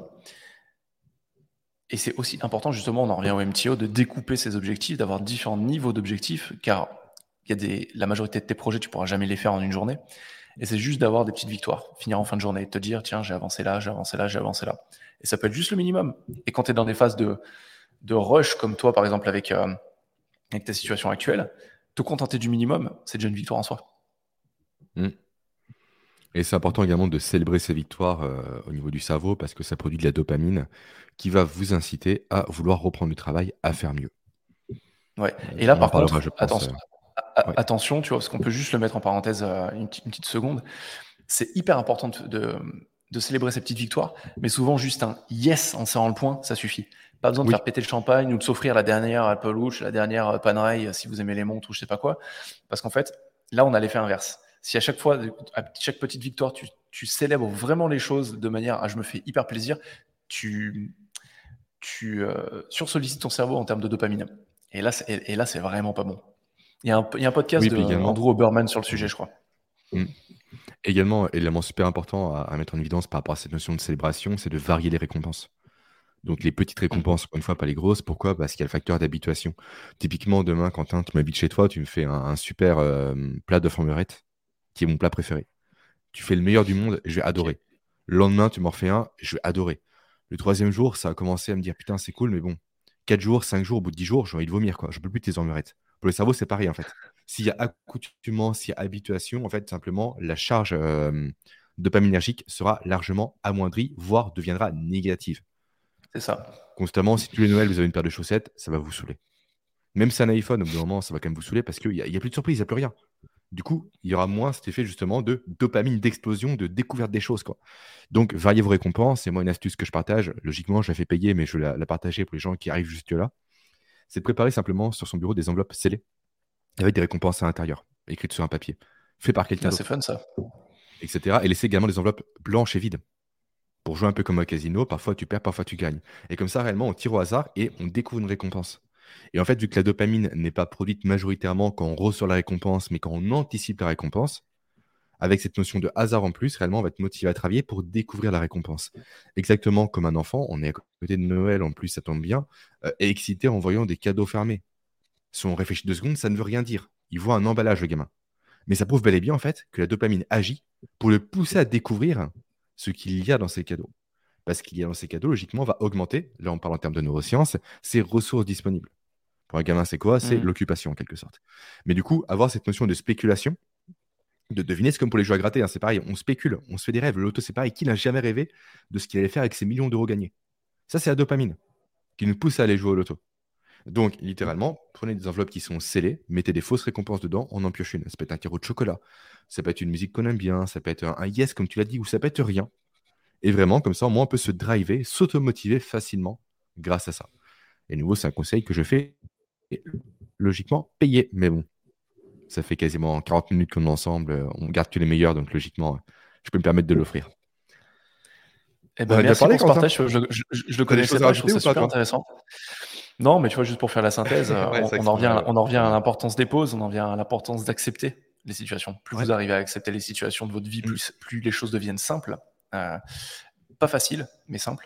Et c'est aussi important, justement, on en revient au M T O, de découper ses objectifs, d'avoir différents niveaux d'objectifs, car il y a des, la majorité de tes projets, tu pourras jamais les faire en une journée. Et c'est juste d'avoir des petites victoires, finir en fin de journée, te dire, tiens, j'ai avancé là, j'ai avancé là, j'ai avancé là. Et ça peut être juste le minimum. Et quand tu es dans des phases de, de rush, comme toi, par exemple, avec, euh, avec ta situation actuelle, te contenter du minimum, c'est déjà une victoire en soi. Mhm. Et c'est important également de célébrer ces victoires euh, au niveau du cerveau parce que ça produit de la dopamine qui va vous inciter à vouloir reprendre du travail, à faire mieux. Ouais. Euh, Et là, on en par parlera, contre, je pense. attention, euh, a- a- ouais. attention, tu vois, parce qu'on peut juste le mettre en parenthèse euh, une, petite- une petite seconde. C'est hyper important de, de, de célébrer ces petites victoires, mais souvent juste un yes en serrant le poing, ça suffit. Pas besoin de Oui, faire péter le champagne ou de s'offrir la dernière Apple Watch, la dernière euh, Panerai, euh, si vous aimez les montres ou je sais pas quoi. Parce qu'en fait, là, on a l'effet inverse. Si à chaque fois, à chaque petite victoire, tu, tu célèbres vraiment les choses de manière à je me fais hyper plaisir, tu, tu euh, sursollicites ton cerveau en termes de dopamine. Et là, c'est, et, et là, c'est vraiment pas bon. Il y a un, il y a un podcast oui, de puis également, Andrew Oberman sur le sujet, je crois. hmm, également, élément super important à, à mettre en évidence par rapport à cette notion de célébration, c'est de varier les récompenses. Donc les petites Mm. récompenses, encore une fois, pas les grosses. Pourquoi? Parce qu'il y a le facteur d'habituation. Typiquement, demain, Quentin, tu m'habites chez toi, tu me fais un, un super euh, plat de formerette, qui est mon plat préféré. Tu fais le meilleur du monde, je vais Ok. adorer. Le lendemain, tu m'en refais un, je vais adorer. Le troisième jour, ça a commencé à me dire, putain, c'est cool, mais bon, quatre jours, cinq jours, au bout de dix jours, j'ai envie de vomir, quoi. Je peux plus de tes omelettes. Pour le cerveau, c'est pareil, en fait. S'il y a accoutumance, s'il y a habituation, en fait, simplement, la charge euh, dopaminergique sera largement amoindrie, voire deviendra négative. C'est ça. Constamment, si tous les Noëls, vous avez une paire de chaussettes, ça va vous saouler. Même si c'est un iPhone, au bout d'un moment, ça va quand même vous saouler parce qu'il n'y a, il y a plus de surprise, il n'y a plus rien. Du coup, il y aura moins cet effet justement de dopamine, d'explosion, de découverte des choses, quoi. Donc, variez vos récompenses. Et moi, une astuce que je partage, logiquement, je la fais payer, mais je vais la, la partager pour les gens qui arrivent jusque-là, c'est de préparer simplement sur son bureau des enveloppes scellées avec des récompenses à l'intérieur, écrites sur un papier, fait par quelqu'un Ah, c'est d'autre, fun ça. et cetera. Et laissez également des enveloppes blanches et vides pour jouer un peu comme au casino. Parfois, tu perds, parfois, tu gagnes. Et comme ça, réellement, on tire au hasard et on découvre une récompense. Et en fait, vu que la dopamine n'est pas produite majoritairement quand on reçoit la récompense, mais quand on anticipe la récompense, avec cette notion de hasard en plus, réellement, on va être motivé à travailler pour découvrir la récompense. Exactement comme un enfant, on est à côté de Noël, en plus, ça tombe bien, euh, et excité en voyant des cadeaux fermés. Si on réfléchit deux secondes, ça ne veut rien dire. Il voit un emballage, le gamin. Mais ça prouve bel et bien, en fait, que la dopamine agit pour le pousser à découvrir ce qu'il y a dans ces cadeaux. Parce qu'il y a dans ces cadeaux, logiquement, va augmenter, là on parle en termes de neurosciences, ses ressources disponibles. Pour un gamin, c'est quoi? C'est Mm. l'occupation, en quelque sorte. Mais du coup, avoir cette notion de spéculation, de deviner, c'est comme pour les jeux à gratter, hein, c'est pareil, on spécule, on se fait des rêves. Le loto, c'est pareil. Qui n'a jamais rêvé de ce qu'il allait faire avec ses millions d'euros gagnés? Ça, c'est la dopamine qui nous pousse à aller jouer au loto. Donc, littéralement, prenez des enveloppes qui sont scellées, mettez des fausses récompenses dedans, on en pioche une. Ça peut être un carreau de chocolat, ça peut être une musique qu'on aime bien, ça peut être un, un yes, comme tu l'as dit, ou ça peut être rien. Et vraiment, comme ça, au moins, on peut se driver, s'automotiver facilement grâce à ça. Et nouveau, c'est un conseil que je fais, logiquement, payer. Mais bon, ça fait quasiment quarante minutes qu'on est ensemble, euh, on garde que les meilleurs, donc logiquement, je peux me permettre de l'offrir. Eh On ben, a déjà merci parlé, pour ce Quentin? partage. Je, je, je, je le T'as des connaissais choses à pas. Je trouve rajouter ça ou pas, super toi? intéressant. Non, mais tu vois, juste pour faire la synthèse, euh, Ouais, on, c'est vrai que on c'est en pas revient, mal, ouais. on en revient Pas à mal. l'importance des pauses, on en vient à l'importance d'accepter les situations. Plus Ouais. vous arrivez à accepter les situations de votre vie, Mm. plus, plus les choses deviennent simples. Euh, pas facile, mais simple.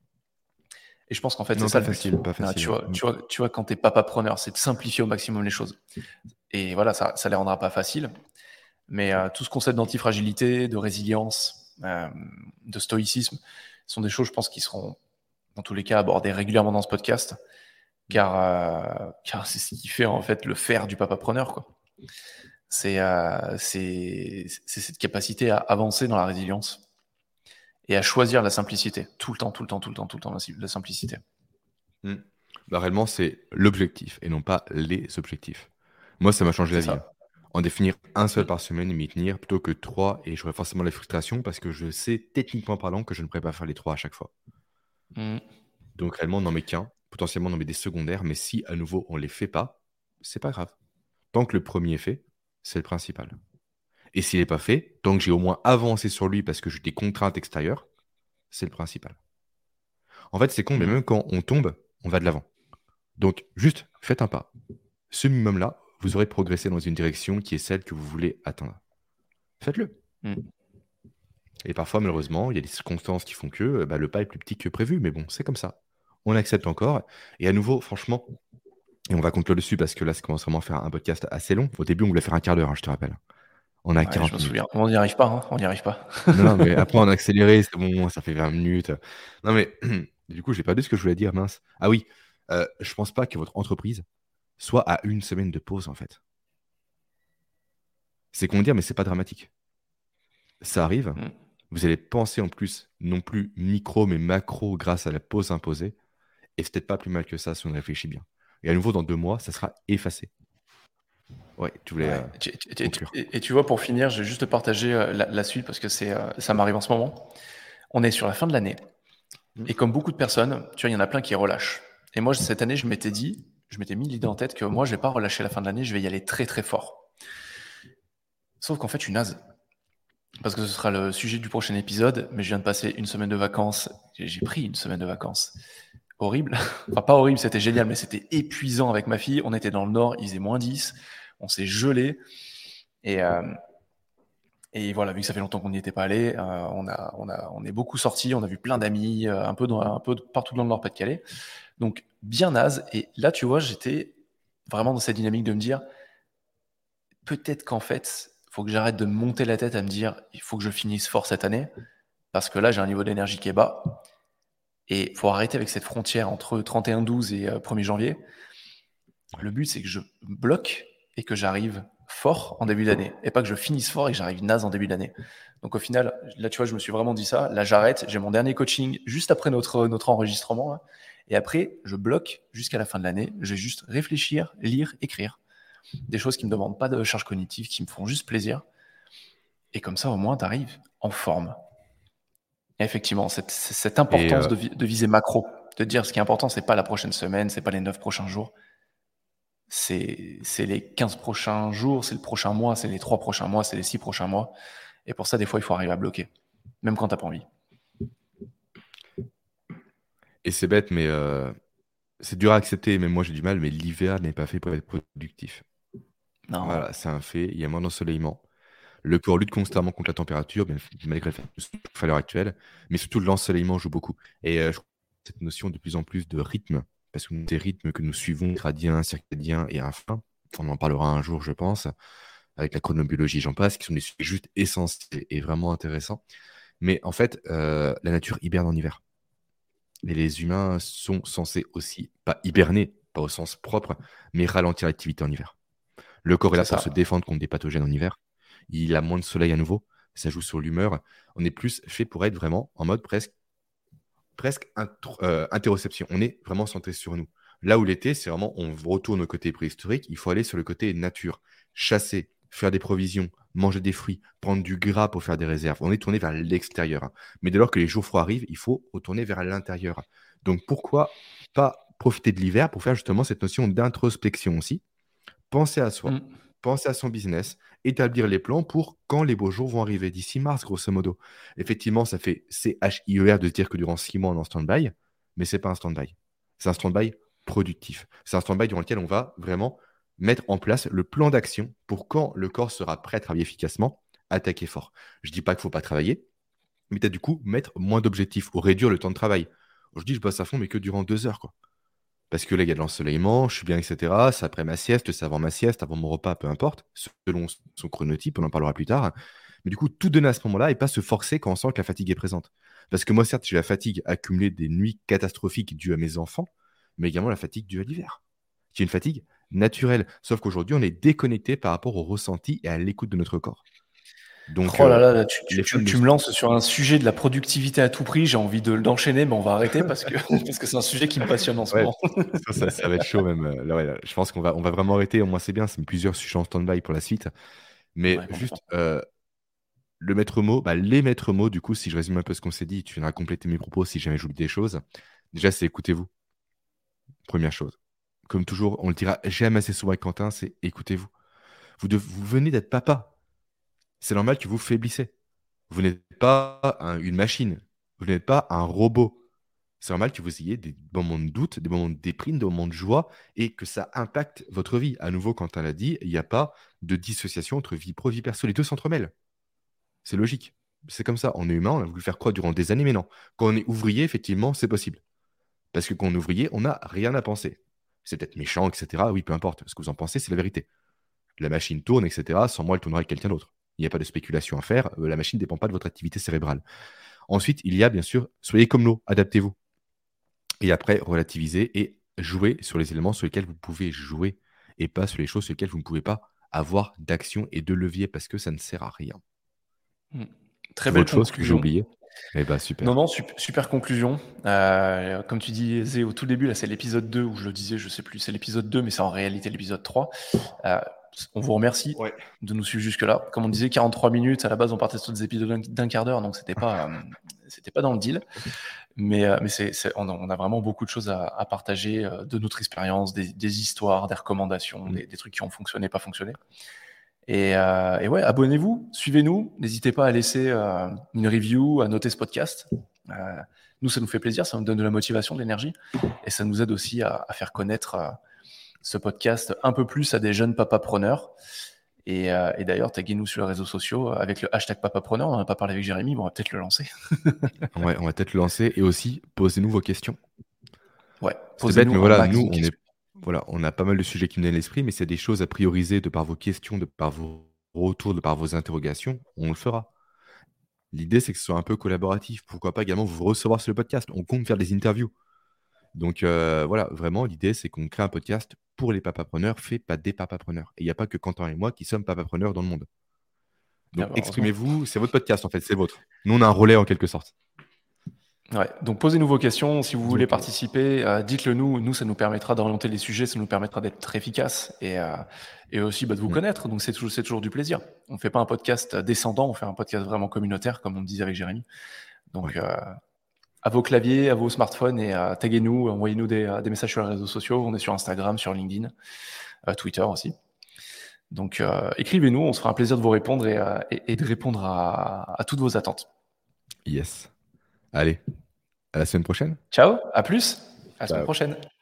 Et je pense qu'en fait, c'est Non, ça pas le but. facile, pas Euh, facile. tu, vois, Mm. tu, vois, tu vois, quand tu es papapreneur, c'est de simplifier au maximum les choses. Et voilà, ça ne les rendra pas faciles. Mais euh, tout ce concept d'antifragilité, de résilience, euh, de stoïcisme, sont des choses, je pense, qui seront, dans tous les cas, abordées régulièrement dans ce podcast, car, euh, car c'est ce qui fait en fait le faire du papapreneur, quoi. C'est euh, c'est c'est cette capacité à avancer dans la résilience et à choisir la simplicité, tout le temps, tout le temps, tout le temps, tout le temps, la, la simplicité. Mm. Bah, réellement, c'est l'objectif et non pas les objectifs. Moi, ça m'a changé C'est la vie, hein. ça. En définir un seul Mm. par semaine et m'y tenir plutôt que trois, et j'aurais forcément la frustration parce que je sais, techniquement parlant, que je ne pourrais pas faire les trois à chaque fois. Mm. Donc, réellement, on n'en met qu'un, potentiellement, on en met des secondaires, mais si à nouveau on les fait pas, c'est pas grave. Tant que le premier est fait, c'est le principal. Et s'il n'est pas fait, tant que j'ai au moins avancé sur lui parce que j'ai des contraintes extérieures, c'est le principal. En fait, c'est con, mais Mm. même quand on tombe, on va de l'avant. Donc, juste faites un pas. Ce minimum-là, vous aurez progressé dans une direction qui est celle que vous voulez atteindre. Faites-le. Mm. Et parfois, malheureusement, il y a des circonstances qui font que bah, le pas est plus petit que prévu, mais bon, c'est comme ça. On accepte encore. Et à nouveau, franchement, et on va conclure dessus parce que là, ça commence vraiment à faire un podcast assez long. Au début, on voulait faire un quart d'heure, hein, je te rappelle. On a Ouais, je quarante me souviens. minutes. On n'y arrive pas, hein, on n'y arrive pas. Non, non, mais après, on a accéléré, c'est bon, ça fait vingt minutes. Non, mais du coup, j'ai pas dit ce que je voulais dire, mince. Ah oui, euh, je pense pas que votre entreprise soit à une semaine de pause, en fait. C'est qu'on dire, mais c'est pas dramatique. Ça arrive. Mm. Vous allez penser en plus, non plus micro, mais macro grâce à la pause imposée. Et c'est peut-être pas plus mal que ça si on réfléchit bien. Et à nouveau, dans deux mois, ça sera effacé. Ouais, tu voulais euh, Ouais. Et, et- et- conclure. et- et tu vois, pour finir, je vais juste te partager euh, la, la suite parce que c'est, euh, ça m'arrive en ce moment. On est sur la fin de l'année. Mm. Et comme beaucoup de personnes, tu vois, il y en a plein qui relâchent. Et moi, cette année, je m'étais dit, je m'étais mis l'idée en tête que moi, je vais pas relâcher la fin de l'année, je vais y aller très très fort. Sauf qu'en fait, je suis naze. Parce que ce sera le sujet du prochain épisode, mais je viens de passer une semaine de vacances. J'ai j'ai pris une semaine de vacances. Horrible. Enfin, pas horrible, c'était génial, mais c'était épuisant avec ma fille. On était dans le nord, il faisait moins dix. On s'est gelé. Et, euh, et voilà, vu que ça fait longtemps qu'on n'y était pas allé, euh, on, a, on, a, on est beaucoup sortis, on a vu plein d'amis, euh, un peu, dans, un peu partout dans le Nord-Pas-de-Calais. Donc, bien naze. Et là, tu vois, j'étais vraiment dans cette dynamique de me dire, peut-être qu'en fait, il faut que j'arrête de me monter la tête à me dire, il faut que je finisse fort cette année, parce que là, j'ai un niveau d'énergie qui est bas. Et il faut arrêter avec cette frontière entre trente et un douze et euh, premier janvier. Le but, c'est que je bloque et que j'arrive fort en début d'année et pas que je finisse fort et que j'arrive naze en début d'année. Donc au final, là, tu vois, je me suis vraiment dit ça. Là, j'arrête. J'ai mon dernier coaching juste après notre, notre enregistrement. Là. Et après, je bloque jusqu'à la fin de l'année. Je vais juste réfléchir, lire, écrire. Des choses qui ne me demandent pas de charge cognitive, qui me font juste plaisir. Et comme ça, au moins, tu arrives en forme. Et effectivement, cette, cette Et importance euh, de, vi- de viser macro, de dire ce qui est important, c'est pas la prochaine semaine, c'est pas les neuf prochains jours, c'est c'est les quinze prochains jours, c'est le prochain mois, c'est les trois prochains mois, c'est les six prochains mois. Et pour ça, des fois, il faut arriver à bloquer, même quand t'as pas envie. et c'est bête, mais euh, c'est dur à accepter. Même moi, j'ai du mal, mais l'hiver n'est pas fait pour être productif. Non. Voilà, c'est un fait. Il y a moins d'ensoleillement. Le corps lutte constamment contre la température, bien- malgré le fait que ce soit à l'heure actuelle, mais surtout l'ensoleillement joue beaucoup. Et euh, je trouve que cette notion de plus en plus de rythme, parce que des rythmes que nous suivons, cradiens, circadiens et enfin, on en parlera un jour, je pense, avec la chronobiologie, j'en passe, qui sont des sujets juste essentiels et vraiment intéressants. Mais en fait, euh, la nature hiberne en hiver. Et les humains sont censés aussi, pas hiberner, pas au sens propre, mais ralentir l'activité en hiver. Le corps est là C'est pour se ça. défendre contre des pathogènes en hiver. Il a moins de soleil à nouveau. Ça joue sur l'humeur. On est plus fait pour être vraiment en mode presque, presque intro- euh, interoception. On est vraiment centré sur nous. Là où l'été, c'est vraiment, on retourne au côté préhistorique. Il faut aller sur le côté nature. Chasser, faire des provisions, manger des fruits, prendre du gras pour faire des réserves. On est tourné vers l'extérieur, hein. Mais dès lors que les jours froids arrivent, il faut retourner vers l'intérieur. Donc pourquoi pas profiter de l'hiver pour faire justement cette notion d'introspection aussi? Penser à soi, Mm. penser à son business, établir les plans pour quand les beaux jours vont arriver, d'ici mars, grosso modo. Effectivement, ça fait C H I E R de se dire que durant six mois, on est en stand-by, mais ce n'est pas un stand-by. C'est un stand-by productif. C'est un stand-by durant lequel on va vraiment mettre en place le plan d'action pour quand le corps sera prêt à travailler efficacement, attaquer fort. Je ne dis pas qu'il ne faut pas travailler, mais peut-être du coup mettre moins d'objectifs ou réduire le temps de travail. Je dis je bosse à fond, mais que durant deux heures, quoi. Parce que là, il y a de l'ensoleillement, je suis bien, et cetera. C'est après ma sieste, c'est avant ma sieste, avant mon repas, peu importe, selon son chronotype, on en parlera plus tard. Mais du coup, tout donner à ce moment-là et pas se forcer quand on sent que la fatigue est présente. Parce que moi, certes, j'ai la fatigue accumulée des nuits catastrophiques dues à mes enfants, mais également la fatigue due à l'hiver, qui est une fatigue naturelle. Sauf qu'aujourd'hui, on est déconnecté par rapport au ressenti et à l'écoute de notre corps. Donc, Oh là euh, là, là, tu, tu- les tu- fameux... tu me lances sur un sujet de la productivité à tout prix. J'ai envie de d'enchaîner, mais on va arrêter parce que parce que c'est un sujet qui me passionne en ce Ouais, moment. ça, ça, ça va être chaud même. Euh, là, ouais, là, je pense qu'on va, on va vraiment arrêter. Au moins, c'est bien. C'est plusieurs sujets en stand-by pour la suite. Mais Ouais, complètement. juste, euh, le maître mot, bah, les maîtres mots, du coup, si je résume un peu ce qu'on s'est dit, tu viendras compléter mes propos si jamais j'oublie des choses. Déjà, c'est écoutez-vous. Première chose. Comme toujours, on le dira jamais assez souvent avec Quentin, c'est écoutez-vous. Vous, dev- vous venez d'être papa. C'est normal que vous faiblissez. Vous n'êtes pas un- une machine. Vous n'êtes pas un robot. C'est normal que vous ayez des moments de doute, des moments de déprime, des moments de joie et que ça impacte votre vie. À nouveau, Quentin l'a dit, il n'y a pas de dissociation entre vie pro et vie perso. Les deux s'entremêlent. C'est logique. C'est comme ça. On est humain, on a voulu faire quoi durant des années, mais non. Quand on est ouvrier, effectivement, c'est possible. Parce que quand on est ouvrier, on n'a rien à penser. C'est peut-être méchant, et cetera. Oui, peu importe. Ce que vous en pensez, c'est la vérité. La machine tourne, et cetera. Sans moi, elle tournera avec quelqu'un d'autre. Il n'y a pas de spéculation à faire. Euh, La machine ne dépend pas de votre activité cérébrale. Ensuite, il y a bien sûr, soyez comme l'eau, adaptez-vous. Et après, relativiser et jouer sur les éléments sur lesquels vous pouvez jouer et pas sur les choses sur lesquelles vous ne pouvez pas avoir d'action et de levier parce que ça ne sert à rien. Mm. Tu Très vois belle autre chose que j'ai conclusion. oublié? Eh bien, Non, super. non, sup- super conclusion. Euh, comme tu disais au tout début, là, c'est l'épisode deux où je le disais, je sais plus, c'est l'épisode deux, mais c'est en réalité l'épisode trois. Euh, on vous remercie Ouais. de nous suivre jusque-là. Comme on disait, quarante-trois minutes. À la base, on partait sur des épisodes d'un- d'un quart d'heure, donc c'était pas, euh, c'était pas dans le deal. Mais, euh, mais c'est, c'est- on, a, on a vraiment beaucoup de choses à, à partager euh, de notre expérience, des, des histoires, des recommandations, Mm. des, des trucs qui ont fonctionné, pas fonctionné. Et, euh, et ouais, abonnez-vous, suivez-nous. N'hésitez pas à laisser euh, une review, à noter ce podcast. Euh, nous, ça nous fait plaisir, ça nous donne de la motivation, de l'énergie. Et ça nous aide aussi à, à faire connaître euh, ce podcast un peu plus à des jeunes papapreneurs. Et, euh, et d'ailleurs, taguez-nous sur les réseaux sociaux avec le hashtag papapreneur. On n'en a pas parlé avec Jérémy, mais on va peut-être le lancer. Ouais, on va peut-être le lancer et aussi posez-nous vos questions. Ouais, C'est bête, posez-nous mais un voilà, max nous, de on est, questions. voilà, on a pas mal de sujets qui nous viennent à l'esprit, mais c'est des choses à prioriser de par vos questions, de par vos retours, de par vos interrogations, on le fera. L'idée, c'est que ce soit un peu collaboratif. Pourquoi pas également vous recevoir sur le podcast? On compte faire des interviews. Donc euh, voilà, vraiment, l'idée, c'est qu'on crée un podcast pour les papapreneurs, fait pas des papapreneurs. Et il n'y a pas que Quentin et moi qui sommes papapreneurs dans le monde. Ah Donc bah, heureusement. exprimez-vous, c'est votre podcast en fait, c'est vôtre. Nous, on a un relais en quelque sorte. Ouais. Donc posez-nous vos questions. Si vous voulez Donc, euh, participer, euh, dites-le nous. Nous, ça nous permettra d'orienter les sujets, ça nous permettra d'être efficace et, euh, et aussi bah, de vous mm, connaître. Donc c'est toujours, c'est toujours du plaisir. On ne fait pas un podcast descendant, on fait un podcast vraiment communautaire, comme on disait avec Jérémy. Donc ouais. euh, à vos claviers, à vos smartphones et euh, taguez-nous, envoyez-nous des, euh, des messages sur les réseaux sociaux. On est sur Instagram, sur LinkedIn, euh, Twitter aussi. Donc euh, écrivez-nous, on se fera un plaisir de vous répondre et, euh, et, et de répondre à, à toutes vos attentes. Yes. Allez, à la semaine prochaine. Ciao, à plus, à la semaine Ciao. prochaine.